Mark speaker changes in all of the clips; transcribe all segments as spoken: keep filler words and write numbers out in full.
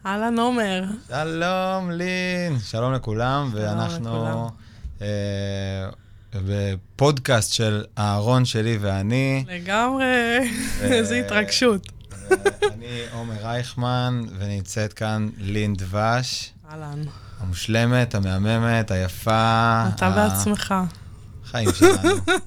Speaker 1: אהלן עומר.
Speaker 2: שלום לין, שלום לכולם, ואנחנו אה, בפודקאסט של אהרון שלי ואני.
Speaker 1: לגמרי, איזו התרגשות.
Speaker 2: אני עומר רייכמן, ונמצאת כאן לין דבש.
Speaker 1: אהלן.
Speaker 2: המושלמת, המהממת, היפה.
Speaker 1: אתה בעצמך.
Speaker 2: חיים שלנו.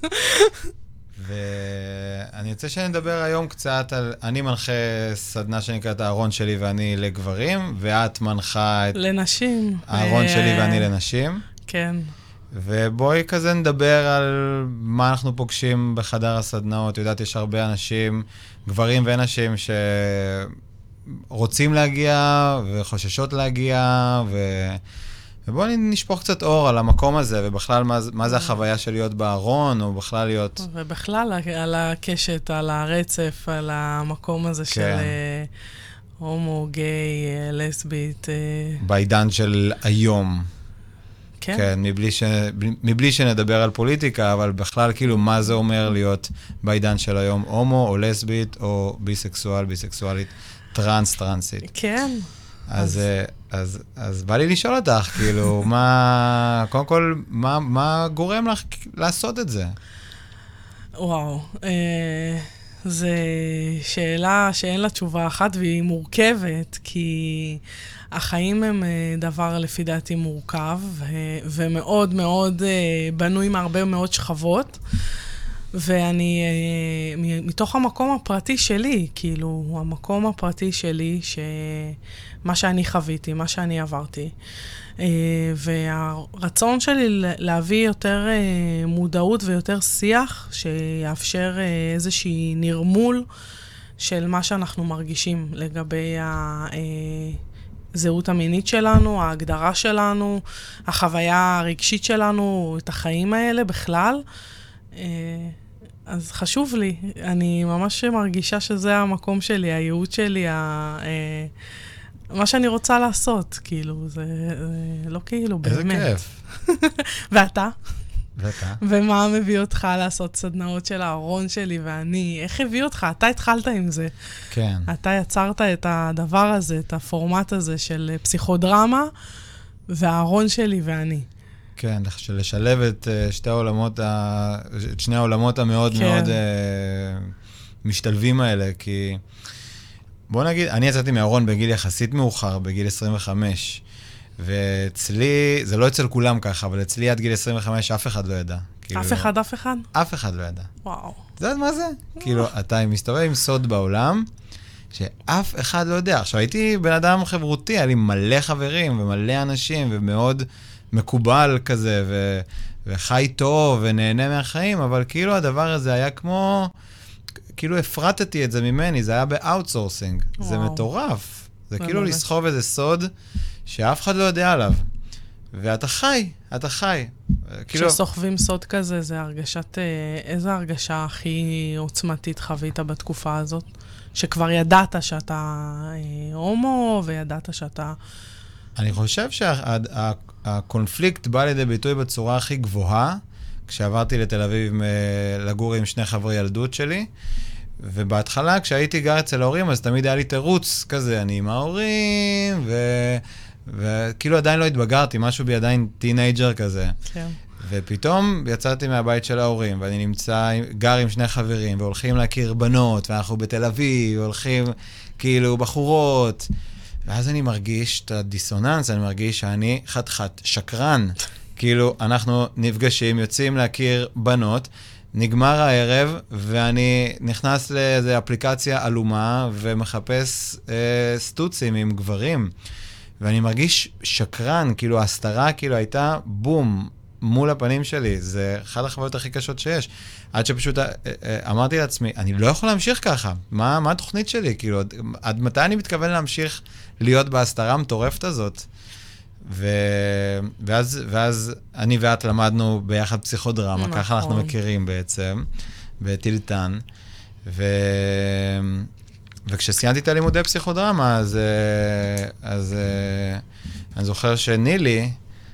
Speaker 2: ואני רוצה שנדבר היום קצת על, אני מנחה סדנה שנקראת הארון שלי ואני לגברים, ואת מנחה את...
Speaker 1: לנשים.
Speaker 2: הארון שלי ואני לנשים.
Speaker 1: כן.
Speaker 2: ובואי כזה נדבר על מה אנחנו פוגשים בחדר הסדנאות. יודעת, יש הרבה אנשים, גברים ונשים, שרוצים להגיע וחוששות להגיע, ו... ובואי נשפוך קצת אור על המקום הזה, ובכלל מה, מה זה החוויה של להיות בארון, או בכלל להיות...
Speaker 1: ובכלל על הקשת, על הרצף, על המקום הזה כן. של הומו, גיי, לסבית.
Speaker 2: בעידן של היום.
Speaker 1: כן.
Speaker 2: כן, מבלי, ש... מבלי שנדבר על פוליטיקה, אבל בכלל כאילו מה זה אומר להיות בעידן של היום, הומו או לסבית, או ביסקסואל, ביסקסואלית, טרנס, טרנסית.
Speaker 1: כן.
Speaker 2: אז, אז, אז בא לי לשאול אותך, כאילו, מה, קודם כל, מה, מה גורם לך לעשות את זה?
Speaker 1: וואו, אה, זו שאלה שאין לה תשובה אחת, והיא מורכבת, כי החיים הם דבר לפי דעתי מורכב, ו- ומאוד מאוד בנוי מהרבה מאוד שכבות, ואני, מתוך המקום הפרטי שלי, כאילו, המקום הפרטי שלי, שמה שאני חוויתי, מה שאני עברתי, והרצון שלי להביא יותר מודעות ויותר שיח, שיאפשר איזושהי נרמול של מה שאנחנו מרגישים לגבי הזהות המינית שלנו, ההגדרה שלנו, החוויה הרגשית שלנו, את החיים האלה בכלל. אז חשוב לי, אני ממש מרגישה שזה המקום שלי, הייעוד שלי, ה... מה שאני רוצה לעשות, כאילו, זה, זה לא כאילו,
Speaker 2: איזה
Speaker 1: באמת.
Speaker 2: איזה כיף.
Speaker 1: ואתה?
Speaker 2: ואתה?
Speaker 1: ומה מביא אותך לעשות סדנאות של הארון שלי ואני? איך הביא אותך? אתה התחלת עם זה.
Speaker 2: כן.
Speaker 1: אתה יצרת את הדבר הזה, את הפורמט הזה של פסיכודרמה, והארון שלי ואני.
Speaker 2: כן, לשלב את שתי העולמות, את שני העולמות המאוד כן. מאוד uh, משתלבים האלה, כי בוא נגיד, אני יצאתי מהארון בגיל יחסית מאוחר, בגיל עשרים וחמש, ואצלי, זה לא אצל כולם ככה, אבל אצלי עד גיל עשרים וחמש אף אחד לא ידע. כאילו,
Speaker 1: אף אחד, אף אחד?
Speaker 2: אף אחד לא ידע.
Speaker 1: וואו.
Speaker 2: זה יודעת מה זה? כאילו, אתה מסתובב עם סוד בעולם, שאף אחד לא יודע. עכשיו, הייתי בן אדם חברותי, היה לי מלא חברים ומלא אנשים, ומאוד מקובל כזה, ו... וחי טוב ונהנה מהחיים, אבל כאילו הדבר הזה היה כמו, כאילו הפרטתי את זה ממני, זה היה באוטסורסינג. זה מטורף. זה כאילו ממש. לסחוב איזה סוד שאף אחד לא יודע עליו. ואתה חי, אתה חי. כאילו...
Speaker 1: כשסוחבים סוד כזה, זה הרגשת, איזו הרגשה הכי עוצמתית חווית בתקופה הזאת? שכבר ידעת שאתה הומו, וידעת שאתה...
Speaker 2: אני חושב שהקונפליקט בא לידי ביטוי בצורה הכי גבוהה, כשעברתי לתל אביב לגור עם שני חברי ילדות שלי, ובהתחלה כשהייתי גר אצל ההורים, אז תמיד היה לי תירוץ כזה, אני עם ההורים, ו... וכאילו עדיין לא התבגרתי, משהו בי עדיין טינאג'ר כזה. כן. ופתאום יצאתי מהבית של ההורים, ואני נמצא, גר עם שני חברים, והולכים להכיר בנות, ואנחנו בתל אביב, והולכים כאילו בחורות, ואז אני מרגיש את הדיסוננס, אני מרגיש שאני חתיכת שקרן. כאילו, אנחנו נפגשים, יוצאים להכיר בנות, נגמר הערב, ואני נכנס לאיזו אפליקציה אלומה, ומחפש אה, סטוצים עם גברים. ואני מרגיש שקרן, כאילו ההסתרה כאילו הייתה בום, מול הפנים שלי. זה אחת החוויות הכי קשות שיש. עד שפשוט אמרתי לעצמי, אני לא יכול להמשיך ככה. מה, מה התוכנית שלי? כאילו, עד מתי אני מתכוון להמשיך להיות בהסתרה המטורפת הזאת? ו... ואז, ואז אני ואת למדנו ביחד פסיכודרמה, נכון. ככה אנחנו מכירים בעצם, בטילטן. ו... וכשסיימתי את הלימודי פסיכודרמה, אז, אז אני זוכר שנילי,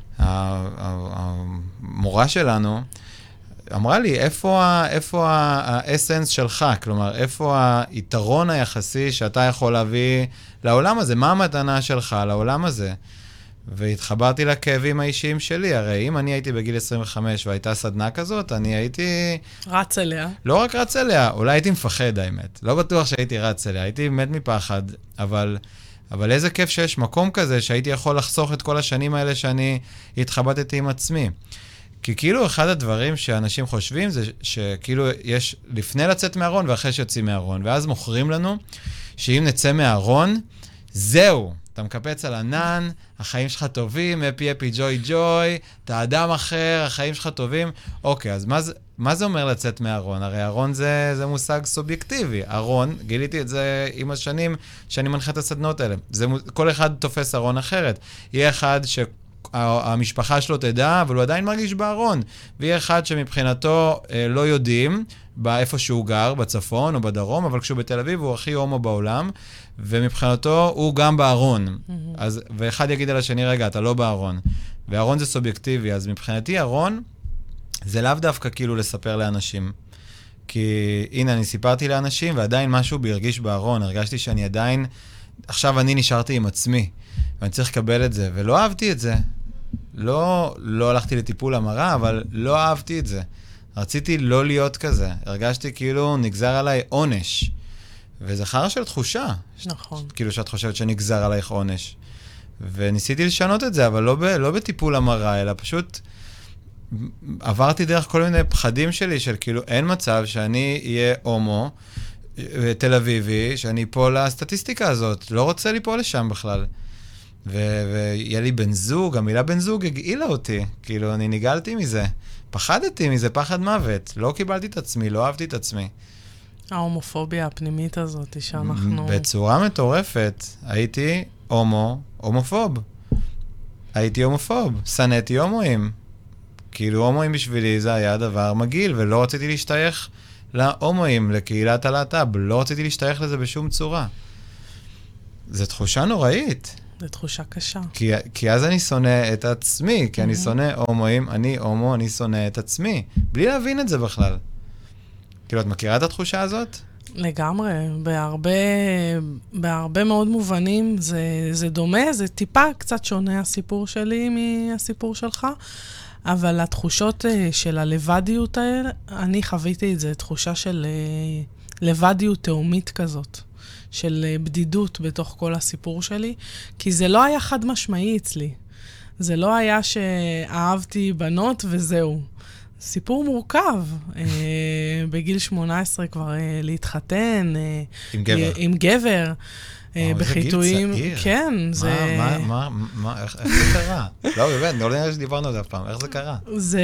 Speaker 2: המורה שלנו, אמרה לי, איפה, איפה האסנס שלך? כלומר, איפה היתרון היחסי שאתה יכול להביא לעולם הזה, מה המתנה שלך לעולם הזה? והתחברתי לכאבים האישיים שלי, הרי אם אני הייתי בגיל עשרים וחמש והייתה סדנה כזאת, אני הייתי...
Speaker 1: רץ אליה.
Speaker 2: לא רק רץ אליה, אולי הייתי מפחד האמת. לא בטוח שהייתי רץ אליה, הייתי מת מפחד, אבל, אבל איזה כיף שיש מקום כזה שהייתי יכול לחסוך את כל השנים האלה שאני התחבטתי עם עצמי. כי כאילו אחד הדברים שאנשים חושבים זה שכאילו יש לפני לצאת מהארון ואחרי שיוצאים מהארון, ואז מוכרים לנו שאם נצא מהארון, זהו. אתה מקפץ על ענן, החיים שלך טובים, אפי אפי ג'וי ג'וי, אתה אדם אחר, החיים שלך טובים. אוקיי, אז מה זה, מה זה אומר לצאת מהארון? הרי ארון זה, זה מושג סובייקטיבי. ארון, גיליתי את זה עם השנים שאני מנחה את הסדנות האלה. זה, כל אחד תופס ארון אחרת. יהיה אחד שהמשפחה שלו תדע, אבל הוא עדיין מרגיש בארון. ויהיה אחד שמבחינתו אה, לא יודעים, באיפה שהוא גר, בצפון או בדרום, אבל כשהוא בתל אביב הוא הכי הומו בעולם, ומבחינתו הוא גם בארון. Mm-hmm. אז, ואחד יגיד על השני, רגע, אתה לא בארון. וארון זה סובייקטיבי, אז מבחינתי ארון זה לאו דווקא כאילו לספר לאנשים. כי הנה, אני סיפרתי לאנשים, ועדיין משהו בהרגיש בארון. הרגשתי שאני עדיין, עכשיו אני נשארתי עם עצמי, ואני צריך לקבל את זה, ולא אהבתי את זה. לא, לא הלכתי לטיפול המרה, אבל לא אהבתי את זה. רציתי לא להיות כזה. הרגשתי כאילו נגזר עליי עונש. וזה חרא של תחושה.
Speaker 1: נכון.
Speaker 2: ש... כאילו שאת חושבת שנגזר עלייך עונש. וניסיתי לשנות את זה, אבל לא, ב... לא בטיפול המרה, אלא פשוט עברתי דרך כל מיני פחדים שלי, של כאילו אין מצב שאני אהיה הומו, תל אביבי, שאני אפול לסטטיסטיקה הזאת. לא רוצה ליפול לשם בכלל. ו... ויהיה לי בן זוג, המילה בן זוג הגעילה אותי. כאילו אני ניגלתי מזה. פחדתי מזה, פחד מוות. לא קיבלתי את עצמי, לא אהבתי את עצמי.
Speaker 1: ההומופוביה הפנימית הזאת, שאנחנו...
Speaker 2: בצורה מטורפת. הייתי הומו, הומופוב. הייתי הומופוב. שנאתי הומואים. כאילו הומואים בשבילי זה היה דבר מגעיל, ולא רציתי להשתייך להומואים, לקהילת הלהט"ב. לא רציתי להשתייך לזה בשום צורה. זו תחושה נוראית.
Speaker 1: זו תחושה קשה.
Speaker 2: כי, כי אז אני שונא את עצמי, כי אני שונא הומואים, אני הומו, אני שונא את עצמי. בלי להבין את זה בכלל. כאילו, את מכירה את התחושה הזאת?
Speaker 1: לגמרי. בהרבה, בהרבה מאוד מובנים זה, זה דומה, זה טיפה קצת שונה הסיפור שלי מהסיפור שלך, אבל התחושות של הלבדיות האלה, אני חוויתי את זה, תחושה של לבדיות תאומית כזאת. של בדידות בתוך כל הסיפור שלי, כי זה לא היה חד משמעי אצלי. זה לא היה שאהבתי בנות וזהו. סיפור מורכב. בגיל שמונה עשרה כבר להתחתן.
Speaker 2: עם גבר.
Speaker 1: עם גבר. בחיתויים.
Speaker 2: זה גיל צעיר.
Speaker 1: כן, זה...
Speaker 2: מה, מה, מה, איך זה קרה? לא, באמת, לא נראה שדיברנו על זה אף פעם. איך זה קרה?
Speaker 1: זה...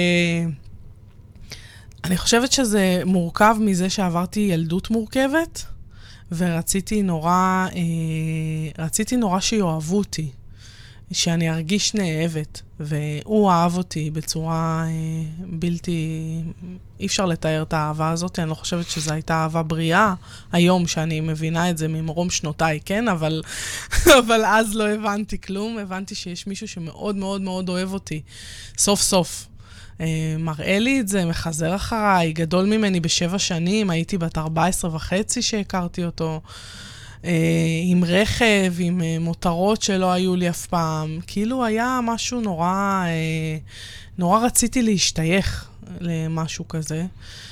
Speaker 1: אני חושבת שזה מורכב מזה שעברתי ילדות מורכבת, ורציתי נורא, אה, רציתי נורא שיואהבו אותי, שאני ארגיש נאהבת, והוא אהב אותי בצורה אה, בלתי, אי אפשר לתאר את האהבה הזאת, אני לא חושבת שזו הייתה אהבה בריאה, היום שאני מבינה את זה ממרום שנותיי, כן? אבל, אבל אז לא הבנתי כלום, הבנתי שיש מישהו שמאוד מאוד מאוד אוהב אותי, סוף סוף. מראה לי את זה, מחזר אחריי, גדול ממני בשבע שנים, הייתי בת ארבע עשרה וחצי שהכרתי אותו, עם רכב, עם מותרות שלא היו לי אף פעם, כאילו היה משהו נורא, נורא רציתי להשתייך למשהו כזה,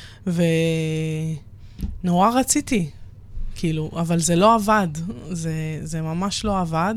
Speaker 1: ונורא רציתי, כאילו, אבל זה לא עבד, זה, זה ממש לא עבד,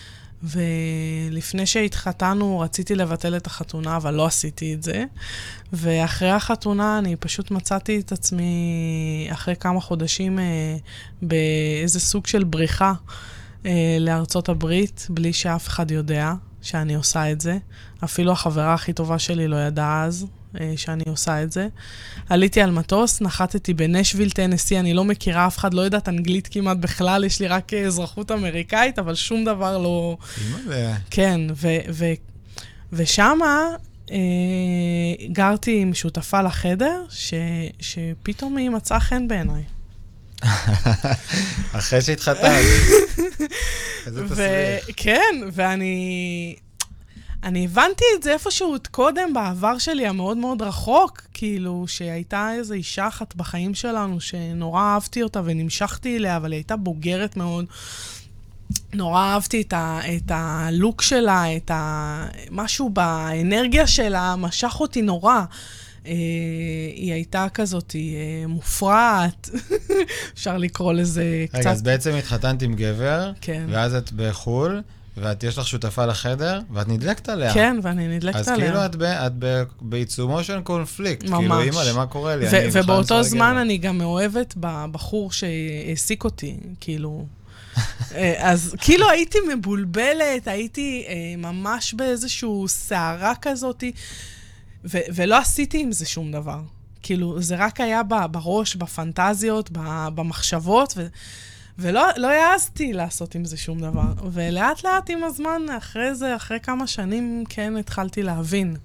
Speaker 1: ולפני שהתחתנו רציתי לבטל את החתונה, אבל לא עשיתי את זה. ואחרי החתונה אני פשוט מצאתי את עצמי אחרי כמה חודשים אה, באיזה סוג של בריחה אה, לארצות הברית, בלי שאף אחד יודע שאני עושה את זה. אפילו החברה הכי טובה שלי לא ידעה אז אה, שאני עושה את זה. עליתי על מטוס, נחתתי בנשוויל, טנסי, אני לא מכירה אף אחד, לא יודעת אנגלית כמעט בכלל, יש לי רק אזרחות אמריקאית, אבל שום דבר לא... כן, ו- ו- ושמה אה, גרתי עם שותפה לחדר, ש- שפתאום היא מצאה חן בעיניי.
Speaker 2: אחרי שהתחתנת. איזה תסריך.
Speaker 1: כן, ואני... אני הבנתי את זה איפשהו עוד קודם בעבר שלי, המאוד מאוד רחוק, כאילו שהייתה איזו אישה אחת בחיים שלנו, שנורא אהבתי אותה ונמשכתי אליה, אבל היא הייתה בוגרת מאוד, נורא אהבתי את, ה, את הלוק שלה, את ה, משהו באנרגיה שלה, משך אותי נורא. אה, היא הייתה כזאת, היא אה, מופרעת, אפשר לקרוא לזה
Speaker 2: רגע,
Speaker 1: קצת...
Speaker 2: אז בעצם התחתנת עם גבר,
Speaker 1: כן.
Speaker 2: ואז את בחול, ואת יש לך שותפה לחדר, ואת נדלקת עליה.
Speaker 1: כן, ואני נדלקת
Speaker 2: אז
Speaker 1: עליה.
Speaker 2: כאילו את, ב, את ב, בעיצומו של קונפליקט.
Speaker 1: ממש.
Speaker 2: כאילו, אמא, למה קורה לי?
Speaker 1: ו- ובאותו זמן גבר. אני גם מאוהבת בבחור שהעסיק אותי, כאילו... אז כאילו הייתי מבולבלת, הייתי אה, ממש באיזשהו שערה כזאת, ו- ולא עשיתי עם זה שום דבר. כאילו, זה רק היה בראש, בפנטזיות, במחשבות, ו- ולא לא העזתי לעשות עם זה שום דבר. ולאט לאט עם הזמן, אחרי זה, אחרי כמה שנים, כן התחלתי להבין.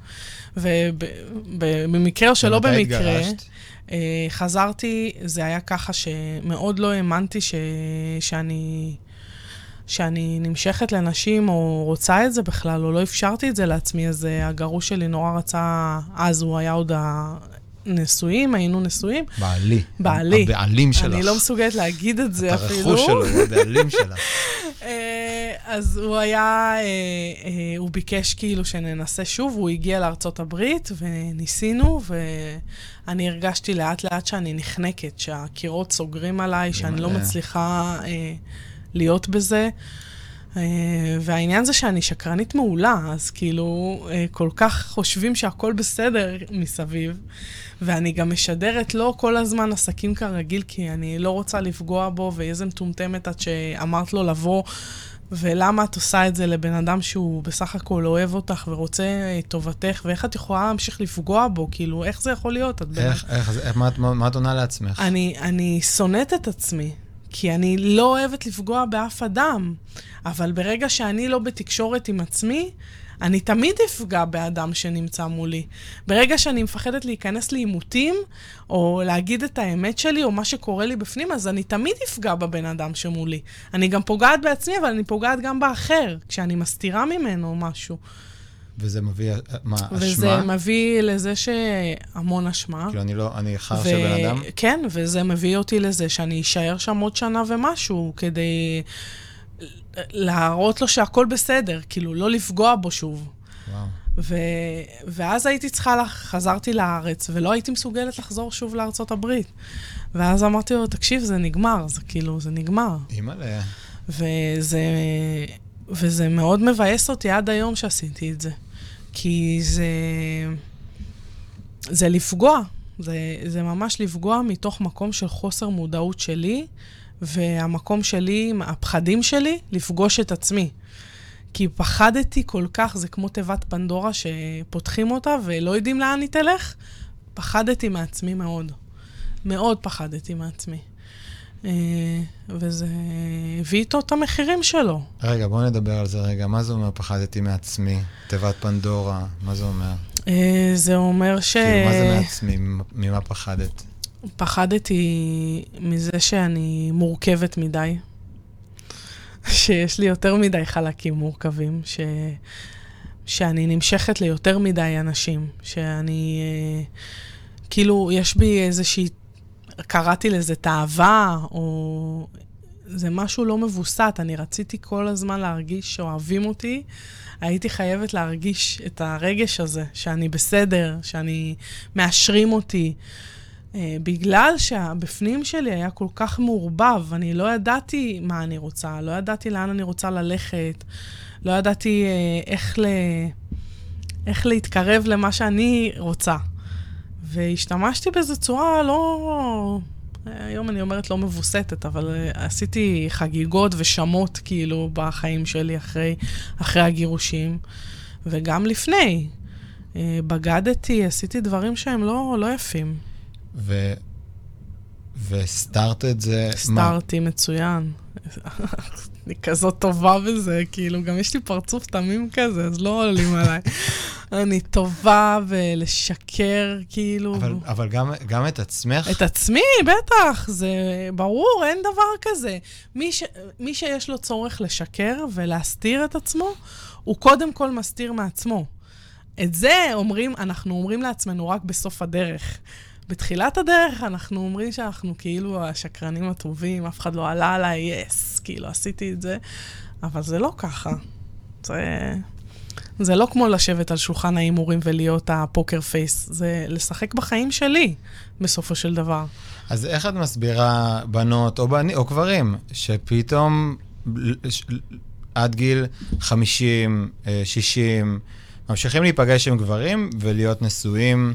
Speaker 1: ובמקרה או שלא במקרה...
Speaker 2: התגרשת?
Speaker 1: חזרתי, זה היה ככה שמאוד לא האמנתי ש... שאני... שאני נמשכת לנשים או רוצה את זה בכלל, או לא אפשרתי את זה לעצמי, אז הגרוש שלי נורא רצה, אז הוא היה עוד הנשואים, היינו נשואים.
Speaker 2: בעלי.
Speaker 1: בעלי.
Speaker 2: הבעלים שלך.
Speaker 1: אני לא מסוגלת להגיד את זה אפילו.
Speaker 2: את הרכוש שלו, הוא הבעלים שלך.
Speaker 1: אז הוא היה, הוא ביקש כאילו שננסה שוב, הוא הגיע לארצות הברית וניסינו, ואני הרגשתי לאט לאט שאני נחנקת, שהקירות סוגרים עליי, שאני לא מצליחה להיות בזה. והעניין זה שאני שקרנית מעולה, אז כאילו כל כך חושבים שהכל בסדר מסביב, ואני גם משדרת לו כל הזמן עסקים כרגיל, כי אני לא רוצה לפגוע בו, ואיזה מטומטמת את שאמרת לו לבוא, ולמה את עושה את זה לבן אדם שהוא בסך הכל אוהב אותך ורוצה את טובתך, ואיך את יכולה להמשיך לפגוע בו? כאילו, איך זה יכול להיות?
Speaker 2: איך, איך, איך, מה, מה, מה את עונה לעצמך?
Speaker 1: אני, אני שונאת את עצמי, כי אני לא אוהבת לפגוע באף אדם, אבל ברגע שאני לא בתקשורת עם עצמי, אני תמיד אפגע באדם שנמצא מולי. ברגע שאני מפחדת להיכנס לעימותים, או להגיד את האמת שלי, או מה שקורה לי בפנים, אז אני תמיד אפגע בבן אדם שמולי. אני גם פוגעת בעצמי, אבל אני פוגעת גם באחר, כשאני מסתירה ממנו משהו.
Speaker 2: וזה מביא, מה, אשמה?
Speaker 1: וזה מביא לזה שהמון אשמה.
Speaker 2: כאילו, אני לא, אני חר של בן אדם?
Speaker 1: כן, וזה מביא אותי לזה שאני אשאר שם עוד שנה ומשהו, כדי... להראות לו שהכל בסדר, כאילו, לא לפגוע בו שוב.
Speaker 2: וואו.
Speaker 1: ו... ואז הייתי צריכה, לה... חזרתי לארץ, ולא הייתי מסוגלת לחזור שוב לארצות הברית. ואז אמרתי לו, תקשיב, זה נגמר, זה כאילו, זה נגמר.
Speaker 2: אימא'לה.
Speaker 1: וזה... וזה מאוד מבאס אותי עד היום שעשיתי את זה. כי זה... זה לפגוע. זה, זה ממש לפגוע מתוך מקום של חוסר מודעות שלי, והמקום שלי, הפחדים שלי, לפגוש את עצמי. כי פחדתי כל כך, זה כמו תיבת פנדורה שפותחים אותה ולא יודעים לאן היא תלך. פחדתי מעצמי מאוד. מאוד פחדתי מעצמי. וזה הביא איתו את המחירים שלו.
Speaker 2: רגע, בואו נדבר על זה רגע. מה זה אומר פחדתי מעצמי? תיבת פנדורה, מה זה אומר?
Speaker 1: זה אומר ש...
Speaker 2: כאילו, מה זה מעצמי? ממה פחדת?
Speaker 1: פחדתי מזה שאני מורכבת מדי, שיש לי יותר מדי חלקים מורכבים, ש... שאני נמשכת ליותר מדי אנשים, שאני, כאילו, יש בי איזושהי, קראתי לזה תאווה, או זה משהו לא מבוסת, אני רציתי כל הזמן להרגיש שאוהבים אותי, הייתי חייבת להרגיש את הרגש הזה, שאני בסדר, שאני מאשרים אותי, בגלל שהבפנים שלי היה כל כך מעורבב, אני לא ידעתי מה אני רוצה, לא ידעתי לאן אני רוצה ללכת, לא ידעתי איך, ל... איך להתקרב למה שאני רוצה. והשתמשתי בזה צורה לא... היום אני אומרת לא מבוסתת, אבל עשיתי חגיגות ושמות כאילו בחיים שלי אחרי, אחרי הגירושים, וגם לפני. בגדתי, עשיתי דברים שהם לא, לא יפים.
Speaker 2: ו... וסטארט את זה...
Speaker 1: סטארטי מצוין. אני כזאת טובה בזה, כאילו, גם יש לי פרצוף תמים כזה, אז לא עולים עליי. אני טובה ולשקר, כאילו...
Speaker 2: אבל, אבל גם, גם את עצמך?
Speaker 1: את עצמי, בטח, זה ברור, אין דבר כזה. מי, ש... מי שיש לו צורך לשקר ולהסתיר את עצמו, הוא קודם כל מסתיר מעצמו. את זה אומרים, אנחנו אומרים לעצמנו רק בסוף הדרך. בתחילת הדרך אנחנו אומרים שאנחנו כאילו השקרנים הטובים, אף אחד לא עלה עליי, יס, כאילו עשיתי את זה, אבל זה לא ככה. זה, זה לא כמו לשבת על שולחן האימורים ולהיות הפוקר פייס, זה לשחק בחיים שלי, בסופו של דבר.
Speaker 2: אז איך את מסבירה בנות או, בני, או גברים, שפתאום עד גיל חמישים, שישים, ממשיכים להיפגש עם גברים ולהיות נשואים,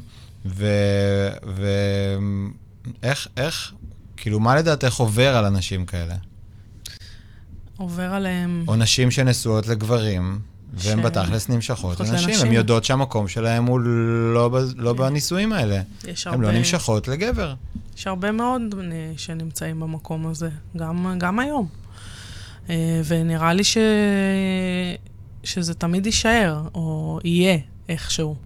Speaker 2: ואיך, איך, כאילו, מה לדעתך עובר על אנשים כאלה?
Speaker 1: עובר עליהם...
Speaker 2: או נשים שנשואות לגברים, והן בתכלס נמשכות לנשים. הן יודעות שהמקום שלהם הוא לא בנישואים האלה. הן לא נמשכות לגבר.
Speaker 1: יש הרבה מאוד שנמצאים במקום הזה, גם היום. ונראה לי שזה תמיד יישאר, או יהיה איכשהו.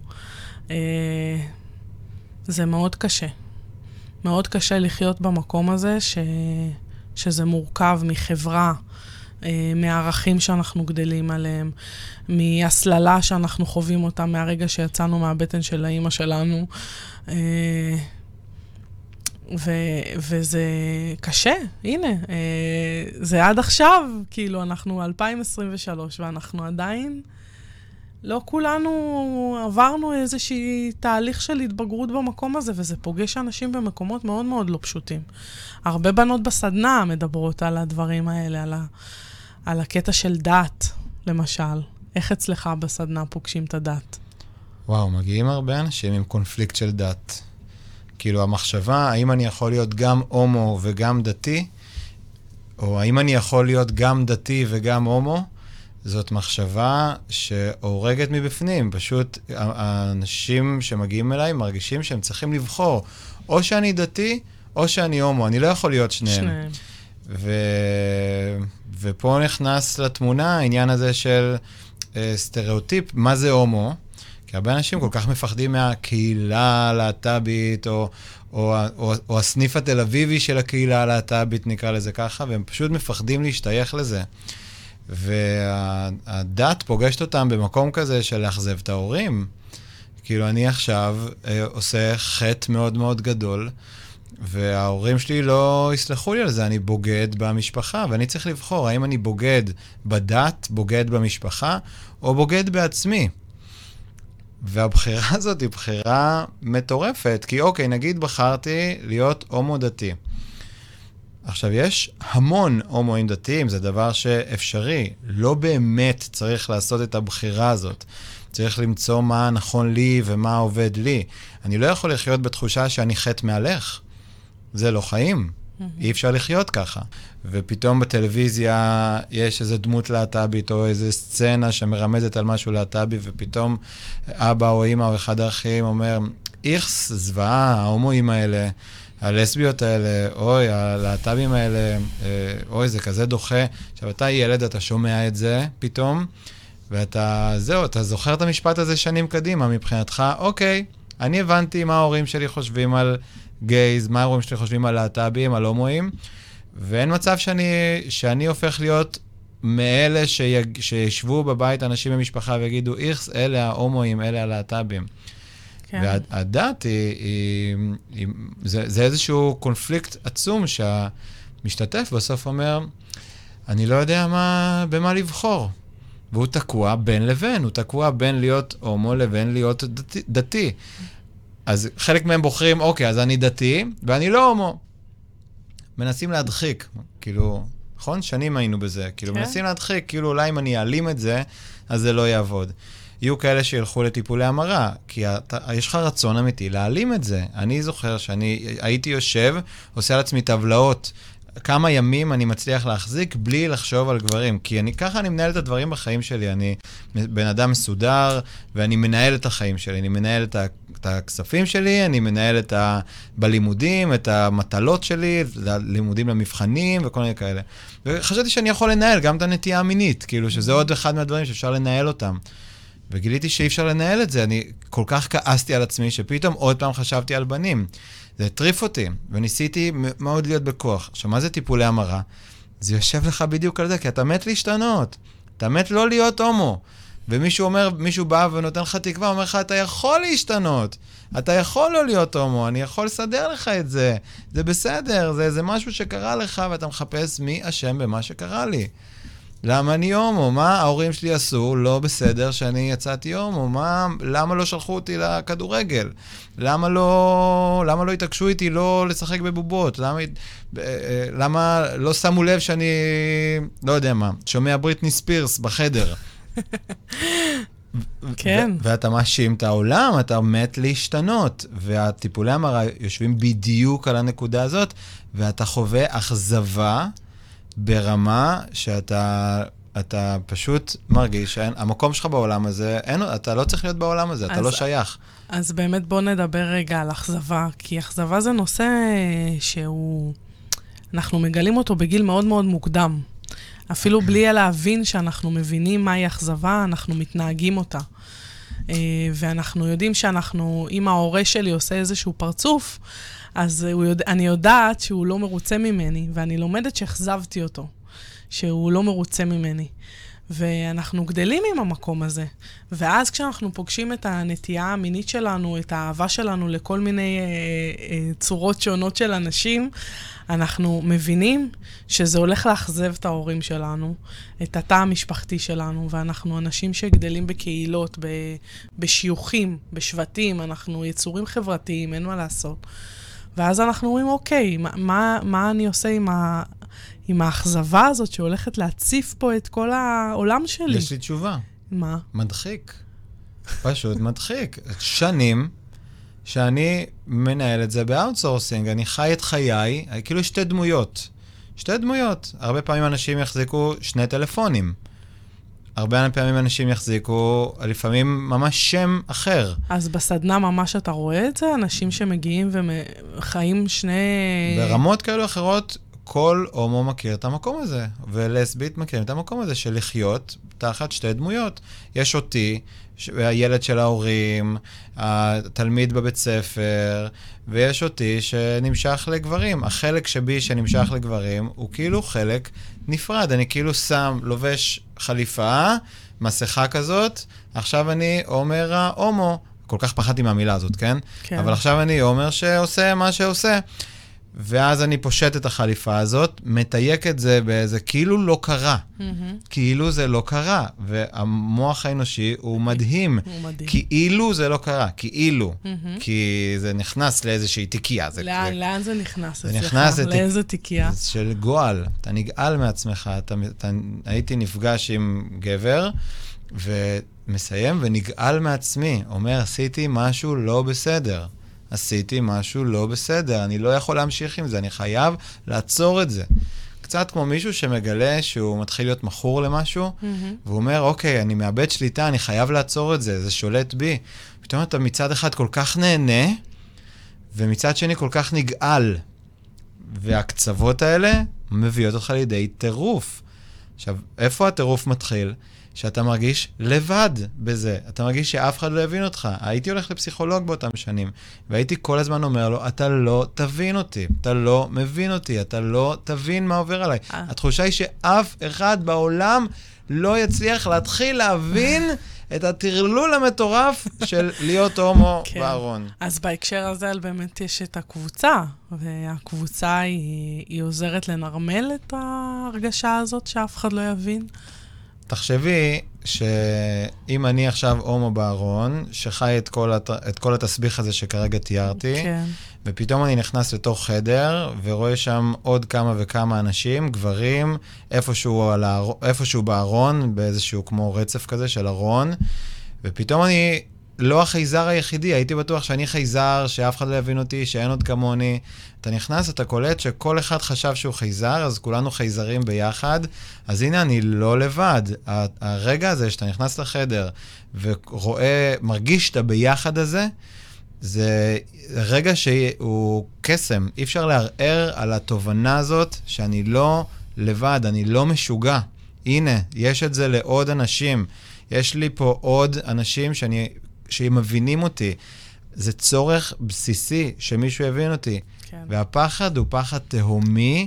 Speaker 1: זה מאוד קשה. מאוד קשה לחיות במקום הזה, ש... שזה מורכב מחברה, מהערכים שאנחנו גדלים עליהם, מהסללה שאנחנו חווים אותה מהרגע שיצאנו מהבטן של האמא שלנו. ו... וזה קשה, הנה. זה עד עכשיו, כאילו, אנחנו אלפיים עשרים ושלוש, ואנחנו עדיין... לא כולנו עברנו איזושהי תהליך של התבגרות במקום הזה, וזה פוגש אנשים במקומות מאוד מאוד לא פשוטים. הרבה בנות בסדנה מדברות על הדברים האלה, על, ה, על הקטע של דת, למשל. איך אצלך בסדנה פוגשים את הדת?
Speaker 2: וואו, מגיעים הרבה אנשים עם קונפליקט של דת. כאילו, המחשבה, האם אני יכול להיות גם הומו וגם דתי, או האם אני יכול להיות גם דתי וגם הומו, זאת מחשבה שהורגת מבפנים. פשוט האנשים שמגיעים אליי מרגישים שהם צריכים לבחור. או שאני דתי, או שאני הומו. אני לא יכול להיות שניהם. שניהם. ו... ופה נכנס לתמונה העניין הזה של אה, סטריאוטיפ, מה זה הומו? כי הרבה אנשים כל כך מפחדים מהקהילה הלהט"בית, או, או, או, או הסניף התל אביבי של הקהילה הלהט"בית, נקרא לזה ככה, והם פשוט מפחדים להשתייך לזה. והדת פוגשת אותם במקום כזה של לאכזב את ההורים. כאילו אני עכשיו אה, עושה חטא מאוד מאוד גדול, וההורים שלי לא יסלחו לי על זה, אני בוגד במשפחה, ואני צריך לבחור האם אני בוגד בדת, בוגד במשפחה, או בוגד בעצמי. והבחירה הזאת היא בחירה מטורפת, כי אוקיי, נגיד בחרתי להיות הומו דתי. עכשיו, יש המון הומואים דתיים, זה דבר שאפשרי. לא באמת צריך לעשות את הבחירה הזאת. צריך למצוא מה נכון לי ומה עובד לי. אני לא יכול לחיות בתחושה שאני חטא מהלך. זה לא חיים. אי אפשר לחיות ככה. ופתאום בטלוויזיה יש איזו דמות להט"בית, או איזו סצנה שמרמזת על משהו להט"בי, ופתאום אבא או אמא או אחד האחים אומר, איכס, זוועה, ההומואים האלה, הלסביות האלה, אוי, הלהט"בים האלה, אוי, זה כזה דוחה. עכשיו, אתה ילד, אתה שומע את זה פתאום, ואתה, זהו, אתה זוכר את המשפט הזה שנים קדימה, מבחינתך, אוקיי, אני הבנתי מה ההורים שלי חושבים על גייז, מה ההורים שלי חושבים על להט"בים, על הומואים, ואין מצב שאני, שאני הופך להיות מאלה שיג, שישבו בבית אנשים במשפחה ויגידו, איכס, אלה ההומואים, אלה הלהט"בים. כן. והדת היא, היא, היא, זה, זה איזשהו קונפליקט עצום שהמשתתף בסוף אומר, אני לא יודע מה, במה לבחור. והוא תקוע בין לבין, הוא תקוע בין להיות הומו לבין להיות דתי. דתי. אז חלק מהם בוחרים, אוקיי, אז אני דתי, ואני לא הומו. מנסים להדחיק, כאילו, נכון? שנים היינו בזה. כאילו, כן. מנסים להדחיק, כאילו, אולי אם אני אעלים את זה, אז זה לא יעבוד. יהיו כאלה שילכו לטיפולי המרה, כי אתה, יש לך רצון אמיתי להעלים את זה. אני זוכר שאני הייתי יושב, עושה על עצמי טבלאות, כמה ימים אני מצליח להחזיק בלי לחשוב על גברים, כי אני, ככה אני מנהל את הדברים בחיים שלי, אני בן אדם מסודר, ואני מנהל את החיים שלי, אני מנהל את, ה, את הכספים שלי, אני מנהל את ה, בלימודים, את המטלות שלי, לימודים למבחנים וכל מיני כאלה. וחשבתי שאני יכול לנהל גם את הנטייה המינית, כאילו שזה עוד אחד מהדברים שאפשר לנהל אותם. וגיליתי שאי אפשר לנהל את זה, אני כל כך כעסתי על עצמי, שפתאום עוד פעם חשבתי על בנים. זה הטריף אותי, וניסיתי מאוד להיות בכוח. עכשיו, מה זה טיפולי המרה? זה יושב לך בדיוק על זה, כי אתה מת להשתנות. אתה מת לא להיות הומו. ומישהו אומר, מישהו בא ונותן לך תקווה, אומר לך, אתה יכול להשתנות, אתה יכול לא להיות הומו, אני יכול לסדר לך את זה, זה בסדר, זה, זה משהו שקרה לך, ואתה מחפש מי אשם במה שקרה לי. למה אני הומו? מה ההורים שלי עשו? לא בסדר שאני יצאתי הומו? מה, למה לא שלחו אותי לכדורגל? למה לא, למה לא התעקשו איתי לא לשחק בבובות? למה, למה לא שמו לב שאני, לא יודע מה, שומע בריטני ספירס בחדר?
Speaker 1: כן.
Speaker 2: ואתה מאשים את העולם, אתה מת להשתנות, והטיפולי המרה יושבים בדיוק על הנקודה הזאת, ואתה חווה אכזבה ברמה שאתה אתה פשוט מרגיש שהמקום שלך בעולם הזה, אין, אתה לא צריך להיות בעולם הזה, אתה
Speaker 1: אז,
Speaker 2: לא שייך. אז
Speaker 1: באמת בוא נדבר רגע על אכזבה, כי אכזבה זה נושא שהוא, אנחנו מגלים אותו בגיל מאוד מאוד מוקדם. אפילו בלי להבין שאנחנו מבינים מהי אכזבה, אנחנו מתנהגים אותה. ואנחנו יודעים שאנחנו, אם ההורה שלי עושה איזשהו פרצוף, אז יודע, אני יודעת שהוא לא מרוצה ממני, ואני לומדת שהחזבתי אותו, שהוא לא מרוצה ממני. ואנחנו גדלים עם המקום הזה. ואז כשאנחנו פוגשים את הנטייה המינית שלנו, את האהבה שלנו לכל מיני אה, אה, צורות שונות של אנשים, אנחנו מבינים שזה הולך לאכזב את ההורים שלנו, את התא המשפחתי שלנו, ואנחנו אנשים שגדלים בקהילות, ב, בשיוכים, בשבטים, אנחנו יצורים חברתיים, אין מה לעשות. ואז אנחנו אומרים, אוקיי, מה, מה אני עושה עם, ה, עם האכזבה הזאת שהולכת להציף פה את כל העולם שלי?
Speaker 2: יש לי תשובה.
Speaker 1: מה?
Speaker 2: מדחיק. פשוט מדחיק. שנים שאני מנהל את זה באוטסורסינג, אני חי את חיי, כאילו שתי דמויות. שתי דמויות. הרבה פעמים אנשים יחזיקו שני טלפונים. הרבה פעמים אנשים יחזיקו, לפעמים ממש שם אחר.
Speaker 1: אז בסדנה ממש אתה רואה את זה? אנשים שמגיעים וחיים שני...
Speaker 2: ברמות כאלו אחרות, כל הומו מכיר את המקום הזה, ולסבית מכירים את המקום הזה של לחיות תחת שתי דמויות. יש אותי, הילד של ההורים, התלמיד בבית ספר, ויש אותי שנמשך לגברים. החלק שבי שנמשך לגברים הוא כאילו חלק נפרד. אני כאילו שם, לובש חליפה, מסכה כזאת, עכשיו אני אומר ההומו. כל כך פחדתי מהמילה הזאת, כן? כן. אבל עכשיו אני אומר שעושה מה שעושה. ואז אני פושט את החליפה הזאת, מתייק את זה באיזה, כאילו לא קרה. Mm-hmm. כאילו זה לא קרה. והמוח האנושי הוא מדהים. הוא מדהים. כאילו זה לא קרה, כאילו. Mm-hmm. כי זה נכנס לאיזושהי תיקייה.
Speaker 1: לאן, זה, לאן זה נכנס?
Speaker 2: זה נכנס לתיק...
Speaker 1: לאיזה תיקייה?
Speaker 2: זה של גועל. אתה נגעל מעצמך. אתה, אתה, הייתי נפגש עם גבר, ומסיים ונגעל מעצמי. אומר, עשיתי משהו לא בסדר. עשיתי משהו לא בסדר, אני לא יכול להמשיך עם זה, אני חייב לעצור את זה. קצת כמו מישהו שמגלה שהוא מתחיל להיות מכור למשהו, mm-hmm. והוא אומר, אוקיי, אני מאבד שליטה, אני חייב לעצור את זה, זה שולט בי. פתאום אתה מצד אחד כל כך נהנה, ומצד שני כל כך נגעל. והקצוות האלה מביאות אותך לידי טירוף. עכשיו, איפה הטירוף מתחיל? שאתה מרגיש לבד בזה. אתה מרגיש שאף אחד לא יבין אותך. הייתי הולך לפסיכולוג באותם שנים, והייתי כל הזמן אומר לו, אתה לא תבין אותי, אתה לא מבין אותי, אתה לא תבין מה עובר עליי. התחושה היא שאף אחד בעולם לא יצליח להתחיל להבין את הטרלול המטורף של להיות הומו בארון.
Speaker 1: אז בהקשר הזה באמת יש את הקבוצה, והקבוצה היא, היא עוזרת לנרמל את ההרגשה הזאת שאף אחד לא יבין.
Speaker 2: תחשבי שאם אני עכשיו הומו בארון, שחי את כל, הת... את כל התסביך הזה שכרגע תיארתי, כן. ופתאום אני נכנס לתוך חדר, ורואה שם עוד כמה וכמה אנשים, גברים, איפשהו, על האר... איפשהו בארון, באיזשהו כמו רצף כזה של ארון, ופתאום אני לא החייזר היחידי, הייתי בטוח שאני חייזר, שאף אחד לא יבין אותי, שאין עוד כמוני. אתה נכנס, אתה קולט שכל אחד חשב שהוא חייזר, אז כולנו חייזרים ביחד. אז הנה, אני לא לבד. הרגע הזה שאתה נכנס לחדר ורואה, מרגיש את הביחד הזה, זה רגע שהוא קסם. אי אפשר לערער על התובנה הזאת שאני לא לבד, אני לא משוגע. הנה, יש את זה לעוד אנשים. יש לי פה עוד אנשים שאני... שהם מבינים אותי. זה צורך בסיסי שמישהו יבין אותי. כן. והפחד הוא פחד תהומי,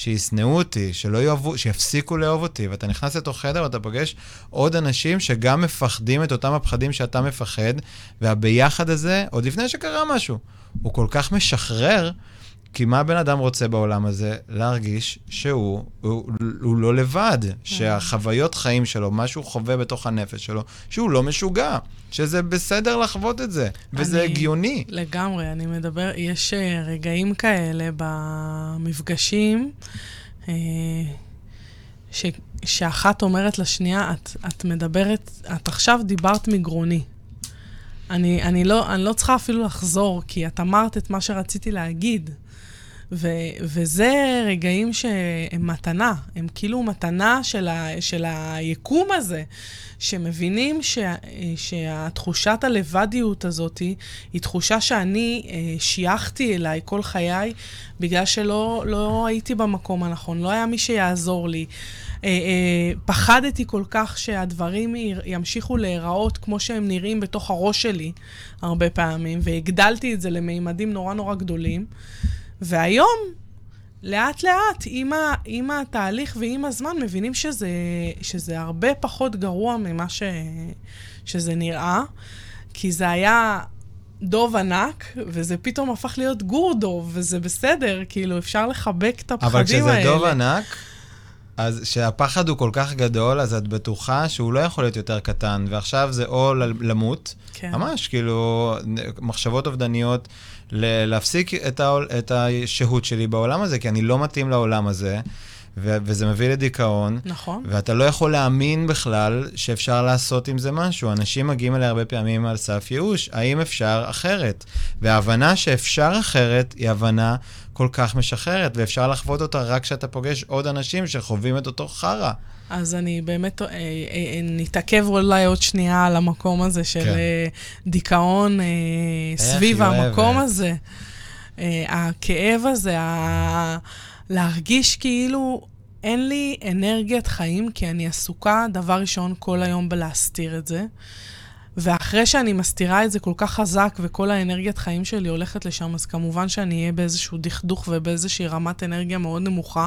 Speaker 2: שיסנאו אותי, שלא יאהבו, שיפסיקו לאהוב אותי, ואתה נכנס לתוך חדר ואתה פוגש עוד אנשים שגם מפחדים את אותם הפחדים שאתה מפחד, והביחד הזה, עוד לפני שקרה משהו, הוא כל כך משחרר, כי מה בן אדם רוצה בעולם הזה? להרגיש שהוא הוא, הוא לא לבד, שהחוויות חיים שלו, מה שהוא חווה בתוך הנפש שלו, שהוא לא משוגע, שזה בסדר לחוות את זה, וזה
Speaker 1: אני,
Speaker 2: הגיוני.
Speaker 1: לגמרי, אני מדבר, יש רגעים כאלה במפגשים, ש, שאחת אומרת לשנייה, את, את מדברת, את עכשיו דיברת מגרוני. אני, אני, לא, אני לא צריכה אפילו לחזור, כי את אמרת את מה שרציתי להגיד. ו- וזה רגעים שהם מתנה, הם כאילו מתנה של, ה- של היקום הזה, שמבינים ש- שהתחושת הלבדיות הזאת היא תחושה שאני אה, שייכתי אליי כל חיי, בגלל שלא לא הייתי במקום הנכון, לא היה מי שיעזור לי. אה, אה, פחדתי כל כך שהדברים ימשיכו להיראות כמו שהם נראים בתוך הראש שלי הרבה פעמים, והגדלתי את זה למימדים נורא נורא גדולים. והיום, לאט לאט, עם, ה, עם התהליך ועם הזמן, מבינים שזה, שזה הרבה פחות גרוע ממה ש, שזה נראה, כי זה היה דוב ענק, וזה פתאום הפך להיות גור דוב, וזה בסדר, כאילו אפשר לחבק את הפחדים האלה.
Speaker 2: אבל כשזה דוב ענק, אז שהפחד הוא כל כך גדול, אז את בטוחה שהוא לא יכול להיות יותר קטן, ועכשיו זה או למות, כן. ממש, כאילו, מחשבות אובדניות, להפסיק את, ה, את השהות שלי בעולם הזה, כי אני לא מתאים לעולם הזה, ו- וזה מביא לדיכאון.
Speaker 1: נכון.
Speaker 2: ואתה לא יכול להאמין בכלל שאפשר לעשות עם זה משהו. אנשים מגיעים אליי הרבה פעמים על סף ייאוש, האם אפשר אחרת? וההבנה שאפשר אחרת היא הבנה כל כך משחררת, ואפשר לחוות אותה רק כשאתה פוגש עוד אנשים שחווים את אותו חרא.
Speaker 1: אז אני באמת אה, אה, נתעכב אולי עוד שנייה על המקום הזה של כן. אה, דיכאון אה, סביב המקום אוהבת. הזה. אה, הכאב הזה, ה... להרגיש כאילו אין לי אנרגיית חיים, כי אני עסוקה דבר ראשון כל היום בלהסתיר את זה. ואחרי שאני מסתירה את זה כל כך חזק, וכל האנרגיית חיים שלי הולכת לשם, אז כמובן שאני אהיה באיזשהו דכדוך ובאיזושהי רמת אנרגיה מאוד נמוכה.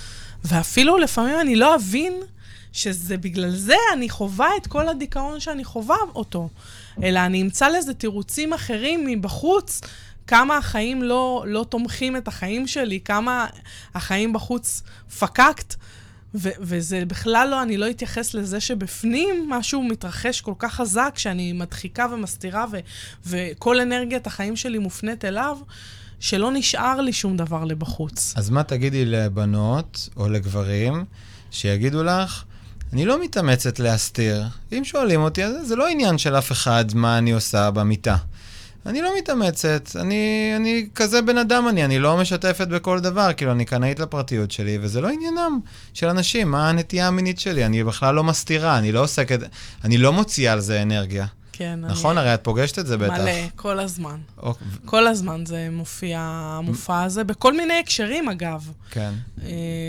Speaker 1: ואפילו לפעמים אני לא אבין שזה בגלל זה אני חובה את כל הדיכאון שאני חובה אותו. אלא אני אמצא לזה תירוצים אחרים מבחוץ, כמה החיים לא, לא תומכים את החיים שלי, כמה החיים בחוץ פקקט, ו- וזה בכלל לא, אני לא אתייחס לזה שבפנים משהו מתרחש כל כך חזק, שאני מדחיקה ומסתירה, ו- וכל אנרגיית החיים שלי מופנית אליו, שלא נשאר לי שום דבר לבחוץ.
Speaker 2: אז מה תגידי לבנות או לגברים שיגידו לך, אני לא מתאמצת להסתיר. אם שואלים אותי, אז זה לא עניין של אף אחד מה אני עושה במיטה. אני לא מתאמצת, אני, אני כזה בן אדם אני, אני לא משתפת בכל דבר, כאילו אני קנאית לפרטיות שלי, וזה לא עניינם של אנשים, מה הנטייה המינית שלי, אני בכלל לא מסתירה, אני לא עוסקת, אני לא מוציאה על זה אנרגיה.
Speaker 1: כן,
Speaker 2: נכון?
Speaker 1: אני...
Speaker 2: הרי את פוגשת את זה בטח.
Speaker 1: מלא, כל הזמן.
Speaker 2: או...
Speaker 1: כל הזמן זה מופיע, המופע הזה, בכל מיני הקשרים אגב.
Speaker 2: כן.
Speaker 1: אה,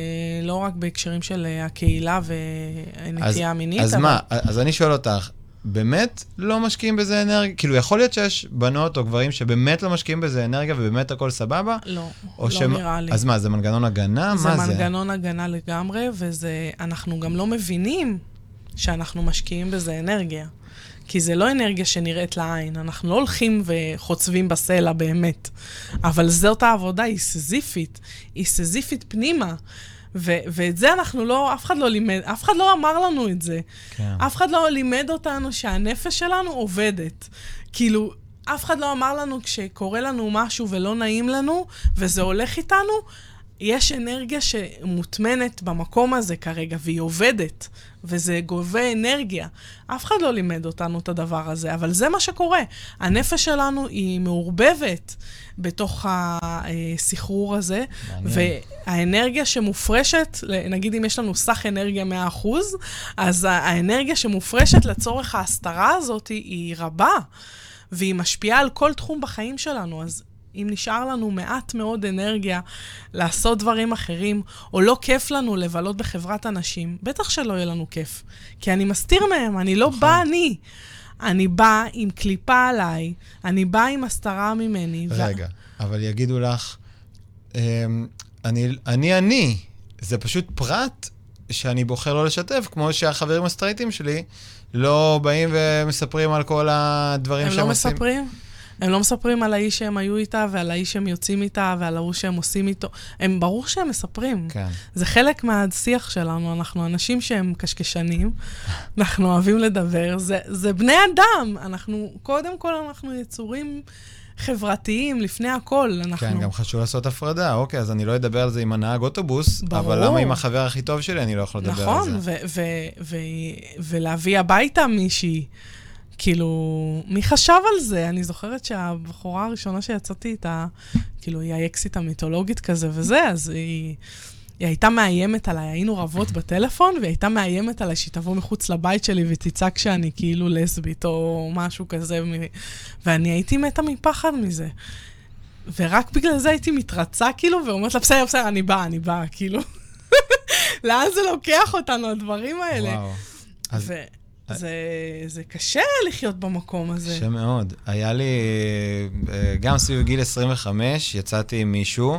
Speaker 1: לא רק בהקשרים של הקהילה והנטייה המינית.
Speaker 2: אז
Speaker 1: אבל...
Speaker 2: מה, אז אני שואל אותך, באמת לא משקיעים בזה אנרגיה? כאילו, יכול להיות שיש בנות או גברים שבאמת לא משקיעים בזה אנרגיה ובאמת הכל סבבה?
Speaker 1: לא,
Speaker 2: לא
Speaker 1: ש... נראה לי.
Speaker 2: אז מה, זה מנגנון הגנה?
Speaker 1: זה
Speaker 2: מה זה?
Speaker 1: זה מנגנון הגנה לגמרי, ואנחנו גם לא מבינים שאנחנו משקיעים בזה אנרגיה. כי זה לא אנרגיה שנראית לעין, אנחנו לא הולכים וחוצבים בסלע באמת. אבל זאת העבודה, היא סזיפית, היא סזיפית פנימה. ו- ואת זה אנחנו לא, אף אחד לא לימד, אף אחד לא אמר לנו את זה. כן. אף אחד לא לימד אותנו שהנפש שלנו עובדת. כאילו, אף אחד לא אמר לנו כשקורה לנו משהו ולא נעים לנו, וזה הולך איתנו, יש אנרגיה שמותמנת במקום הזה כרגע, והיא עובדת, וזה גובה אנרגיה. אף אחד לא לימד אותנו את הדבר הזה, אבל זה מה שקורה. הנפש שלנו היא מעורבבת בתוך הסחרור הזה, והאנרגיה שמופרשת, נגיד אם יש לנו סך אנרגיה מאה אחוז, אז האנרגיה שמופרשת לצורך ההסתרה הזאת היא רבה, והיא משפיעה על כל תחום בחיים שלנו, אז אם נשאר לנו מעט מאוד אנרגיה לעשות דברים אחרים, או לא כיף לנו לבלות בחברת אנשים, בטח שלא יהיה לנו כיף. כי אני מסתיר מהם, אני לא באה אני. אני באה עם קליפה עליי, אני באה עם הסתרה ממני.
Speaker 2: רגע, ו... אבל יגידו לך, אני אני, אני זה פשוט פרט שאני בוחר לא לשתף, כמו שהחברים הסטרייטים שלי לא באים ומספרים על כל הדברים שהם עושים.
Speaker 1: הם לא מספרים? הם לא מספרים על האיש שהם היו איתה, ועל האיש שהם יוצאים איתה, ועל ההוא שהם עושים איתו. הם ברור שהם מספרים.
Speaker 2: כן.
Speaker 1: זה חלק מהשיח שלנו. אנחנו אנשים שהם קשקשנים, אנחנו אוהבים לדבר. זה, זה בני אדם. אנחנו, קודם כל, אנחנו יצורים חברתיים, לפני הכל. אנחנו...
Speaker 2: כן, גם חשוב לעשות הפרדה. אוקיי, אז אני לא אדבר על זה עם הנהג אוטובוס, ברור. אבל למה עם החבר הכי טוב שלי אני לא יכול לדבר
Speaker 1: נכון,
Speaker 2: על זה?
Speaker 1: נכון, ו- ו- ו- ולהביא הביתה מישהי. כאילו, מי חשב על זה? אני זוכרת שהבחורה הראשונה שיצאתי איתה, כאילו, היא האקסיט המיתולוגית כזה וזה, אז היא, היא הייתה מאיימת עליי, היינו רבות בטלפון, והיא הייתה מאיימת עליי שהיא תבוא מחוץ לבית שלי ותצעק שאני כאילו לסבית או משהו כזה, ואני הייתי מתה מפחד מזה. ורק בגלל זה הייתי מתרצה, כאילו, ואומרת לה, בסדר, בסדר, אני באה, אני באה, כאילו. לאן זה לוקח אותנו, הדברים האלה?
Speaker 2: וואו. אז...
Speaker 1: ו... זה, זה קשה לחיות במקום הזה.
Speaker 2: קשה מאוד. היה לי, גם סביב גיל עשרים וחמש, יצאתי עם מישהו,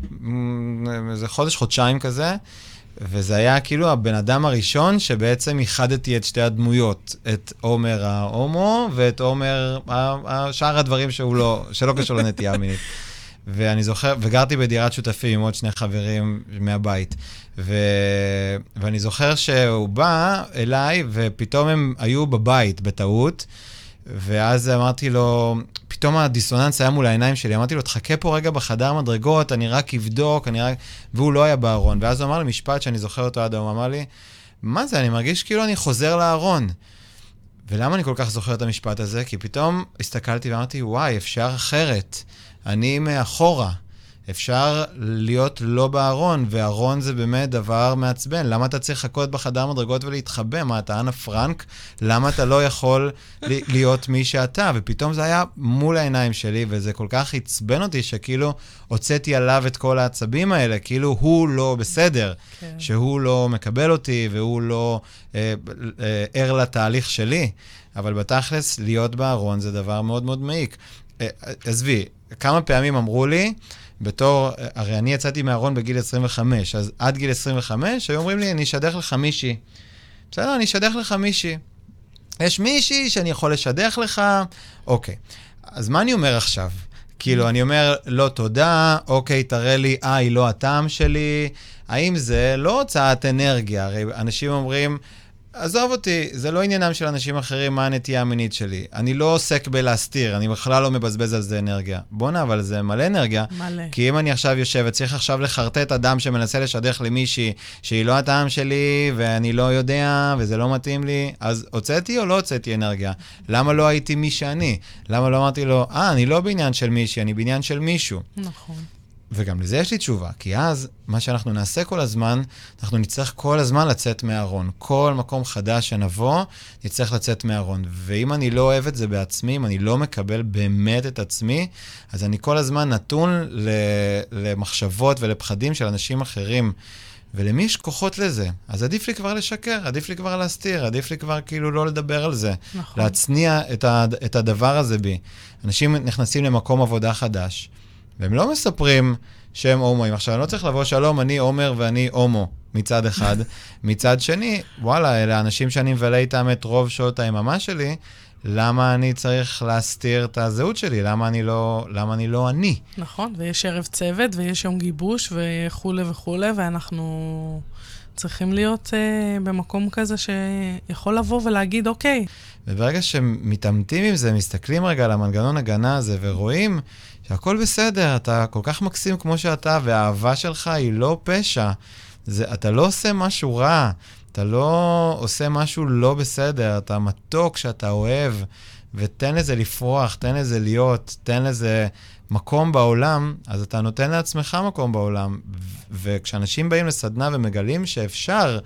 Speaker 2: זה חודש, חודשיים כזה, וזה היה כאילו הבן אדם הראשון שבעצם ייחדתי את שתי הדמויות, את עומר ההומו, ואת עומר, שאר הדברים שהוא לא, שלא קשור לנטייה מינית. ואני זוכר, וגרתי בדירת שותפים עם עוד שני חברים מהבית. ו... ואני זוכר שהוא בא אליי, ופתאום הם היו בבית, בטעות, ואז אמרתי לו, פתאום הדיסוננס היה מול העיניים שלי, אמרתי לו, תחכה פה רגע בחדר מדרגות, אני רק אבדוק, אני רק... והוא לא היה בארון. ואז הוא אמר לי משפט שאני זוכר אותו עד היום, אמר לי, מה זה, אני מרגיש כאילו אני חוזר לארון. ולמה אני כל כך זוכר את המשפט הזה? כי פתאום הסתכלתי ואמרתי, וואי, אפשר אחרת. אני מאחורה. אפשר להיות לא בארון, וארון זה באמת דבר מעצבן. למה אתה צריך לחכות בחדר מדרגות ולהתחבא? מה, אתה אנה פרנק? למה אתה לא יכול להיות מי שאתה? ופתאום זה היה מול העיניים שלי, וזה כל כך עצבן אותי, שכאילו הוצאתי עליו את כל העצבים האלה, כאילו הוא לא בסדר, כן. שהוא לא מקבל אותי, והוא לא אה, אה, ער לתהליך שלי. אבל בתכלס, להיות בארון זה דבר מאוד מאוד מעיק. אה, עזבי, כמה פעמים אמרו לי, בתור, הרי אני יצאתי מהארון בגיל עשרים וחמש, אז עד גיל עשרים וחמש, היו אומרים לי, אני אשדך לך מישהי. בסדר, אני אשדך לך מישהי. יש מישהי שאני יכול לשדך לך, אוקיי. אז מה אני אומר עכשיו? כאילו, אני אומר, לא תודה, אוקיי, תראה לי, אה, היא לא הטעם שלי. האם זה לא הוצאת אנרגיה? הרי אנשים אומרים, עזוב אותי, זה לא עניינם של אנשים אחרים מה הנטייה המינית שלי. אני לא עוסק בלהסתיר, אני בכלל לא מבזבז על זה אנרגיה. בונה, אבל זה מלא אנרגיה.
Speaker 1: מלא.
Speaker 2: כי אם אני עכשיו יושב וצריך עכשיו לחרטט אדם שמנסה לשדך למישהי שהיא לא הטעם שלי, ואני לא יודע, וזה לא מתאים לי, אז הוצאתי או לא הוצאתי אנרגיה? למה לא הייתי מי שאני? למה לא אמרתי לו, אה, אני לא בעניין של מישהי, אני בעניין של מישהו.
Speaker 1: נכון.
Speaker 2: וגם לזה יש לי תשובה, כי אז מה שאנחנו נעשה כל הזמן, אנחנו נצטרך כל הזמן לצאת מהארון. כל מקום חדש שנבוא, נצטרך לצאת מהארון. ואם אני לא אוהב את זה בעצמי, אם אני לא מקבל באמת את עצמי, אז אני כל הזמן נתון למחשבות ולפחדים של אנשים אחרים. ולמי יש כוחות לזה? אז עדיף לי כבר לשקר, עדיף לי כבר להסתיר, עדיף לי כבר כאילו לא לדבר על זה.
Speaker 1: נכון.
Speaker 2: להצניע את, הד... את הדבר הזה בי. אנשים נכנסים למקום עבודה חדש, והם לא מספרים שהם הומואים. עכשיו, אני לא צריך לבוא שלום, אני עומר ואני הומו מצד אחד. מצד שני, וואלה, אלה אנשים שאני מבלה איתם את רוב שעות היממה שלי, למה אני צריך להסתיר את הזהות שלי? למה אני לא, למה אני לא אני?
Speaker 1: נכון, ויש ערב צוות, ויש יום גיבוש, וכו' וכו', ואנחנו צריכים להיות uh, במקום כזה שיכול לבוא ולהגיד, אוקיי.
Speaker 2: וברגע שמתעמתים עם זה, מסתכלים רגע על המנגנון הגנה הזה, ורואים שהכל בסדר, אתה כל כך מקסים כמו שאתה, והאהבה שלך היא לא פשע. זה, אתה לא עושה משהו רע, אתה לא עושה משהו לא בסדר, אתה מתוק שאתה אוהב, ותן לזה לפרוח, תן לזה להיות, תן לזה מקום בעולם, אז אתה נותן לעצמך מקום בעולם. וכשאנשים באים לסדנה ומגלים שאפשר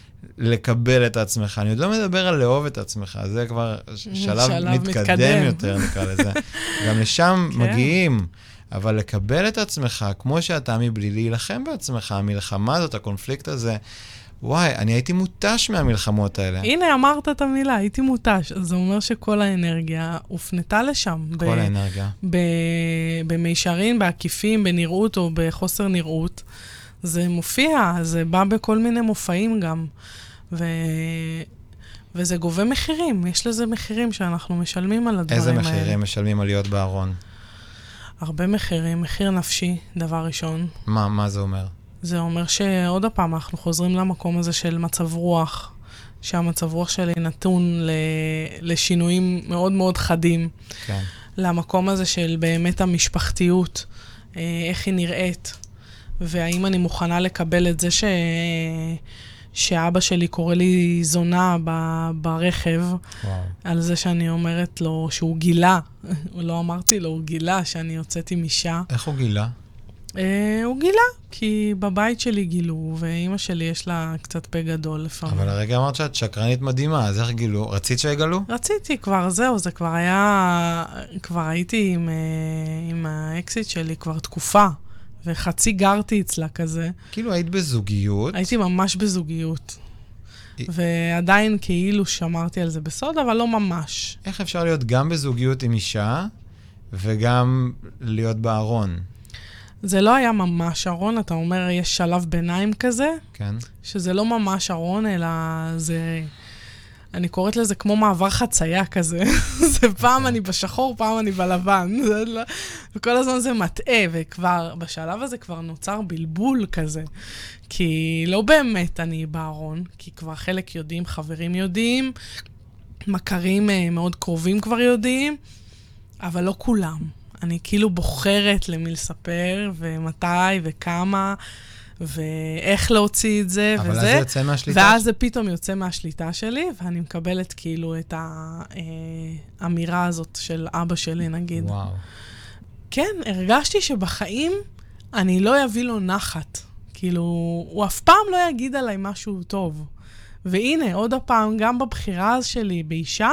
Speaker 2: לקבל את עצמך, אני עוד לא מדבר על לאהוב את עצמך, זה כבר שלב, שלב מתקדם, מתקדם יותר, נקרא לזה. גם לשם כן. מגיעים, אבל לקבל את עצמך כמו שאתה מבלי להילחם בעצמך, המלחמה הזאת, הקונפליקט הזה, וואי, אני הייתי מוטש מהמלחמות האלה.
Speaker 1: הנה, אמרת את המילה, הייתי מוטש. אז זה אומר שכל האנרגיה הופנתה לשם.
Speaker 2: כל ב- האנרגיה.
Speaker 1: ב- במישרין, בעקיפים, בנראות או בחוסר נראות. זה מופיע, זה בא בכל מיני מופעים גם. ו... וזה גובה מחירים, יש לזה מחירים שאנחנו משלמים על הדברים האלה.
Speaker 2: איזה מחירים משלמים על להיות בארון?
Speaker 1: הרבה מחירים, מחיר נפשי, דבר ראשון.
Speaker 2: מה, מה זה אומר?
Speaker 1: זה אומר שעוד הפעם אנחנו חוזרים למקום הזה של מצב רוח, שהמצב רוח שלי נתון ל... לשינויים מאוד מאוד חדים.
Speaker 2: כן.
Speaker 1: למקום הזה של באמת המשפחתיות, איך היא נראית, והאם אני מוכנה לקבל את זה ש... שאבא שלי קורא לי זונה ב... ברכב,
Speaker 2: וואו.
Speaker 1: על זה שאני אומרת לו שהוא גילה, לא אמרתי לו, הוא גילה שאני יוצאת עם אישה.
Speaker 2: איך הוא גילה?
Speaker 1: אה, הוא גילה, כי בבית שלי גילו, ואימא שלי יש לה קצת פה גדול לפעמים.
Speaker 2: אבל הרגע אמרת שאת שקרנית מדהימה, אז איך גילו? רצית שיגלו?
Speaker 1: רציתי כבר, זהו, זה כבר היה, כבר הייתי עם, עם האקסיט שלי כבר תקופה, וחצי גרתי אצלה כזה.
Speaker 2: כאילו היית בזוגיות.
Speaker 1: הייתי ממש בזוגיות. ועדיין כאילו שמרתי על זה בסוד, אבל לא ממש.
Speaker 2: איך אפשר להיות גם בזוגיות עם אישה, וגם להיות בארון?
Speaker 1: זה לא היה ממש ארון, אתה אומר, יש שלב ביניים כזה,
Speaker 2: כן.
Speaker 1: שזה לא ממש ארון, אלא זה... אני קוראת לזה כמו מעבר חצייה כזה. זה פעם אני בשחור, פעם אני בלבן. וכל הזמן זה מטעה, וכבר בשלב הזה כבר נוצר בלבול כזה. כי לא באמת אני בארון, כי כבר חלק יודעים, חברים יודעים, מכרים מאוד קרובים כבר יודעים, אבל לא כולם. אני כאילו בוחרת למי לספר, ומתי וכמה, ואיך להוציא את זה,
Speaker 2: אבל
Speaker 1: וזה.
Speaker 2: אז זה יוצא מהשליטה?
Speaker 1: ואז זה פתאום יוצא מהשליטה שלי, ואני מקבלת כאילו את האמירה הזאת של אבא שלי, נגיד.
Speaker 2: וואו.
Speaker 1: כן, הרגשתי שבחיים אני לא אביא לו נחת. כאילו, הוא אף פעם לא יגיד עליי משהו טוב. והנה, עוד הפעם, גם בבחירה שלי באישה,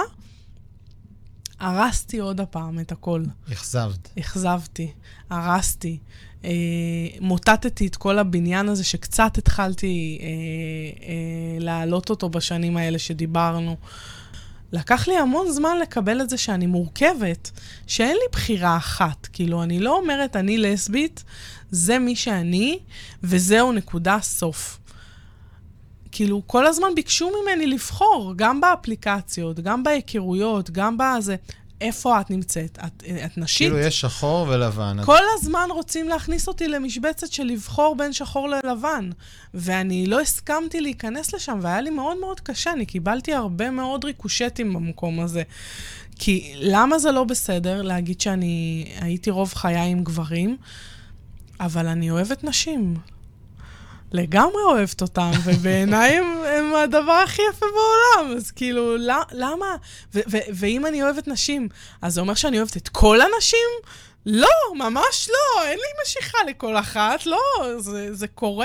Speaker 1: הרסתי עוד הפעם את הכל.
Speaker 2: אכזבת.
Speaker 1: אכזבתי, הרסתי. אה, מוטטתי את כל הבניין הזה שקצת התחלתי אה, אה, להעלות אותו בשנים האלה שדיברנו. לקח לי המון זמן לקבל את זה שאני מורכבת, שאין לי בחירה אחת. כאילו, אני לא אומרת, אני לסבית, זה מי שאני, וזהו נקודה סוף. כאילו, כל הזמן ביקשו ממני לבחור, גם באפליקציות, גם בהיכרויות, גם בזה. איפה את נמצאת? את, את נשית?
Speaker 2: כאילו, יש שחור ולבן.
Speaker 1: כל הזמן רוצים להכניס אותי למשבצת של לבחור בין שחור ללבן. ואני לא הסכמתי להיכנס לשם, והיה לי מאוד מאוד קשה. אני קיבלתי הרבה מאוד ריקושטים במקום הזה. כי למה זה לא בסדר להגיד שאני הייתי רוב חיי עם גברים, אבל אני אוהבת נשים. לגמרי אוהבת אותם, ובעיניי הם, הם הדבר הכי יפה בעולם. אז כאילו, למה? ו- ו- ואם אני אוהבת נשים, אז זה אומר שאני אוהבת את כל הנשים? לא, ממש לא. אין לי משיכה לכל אחת. לא, זה, זה קורה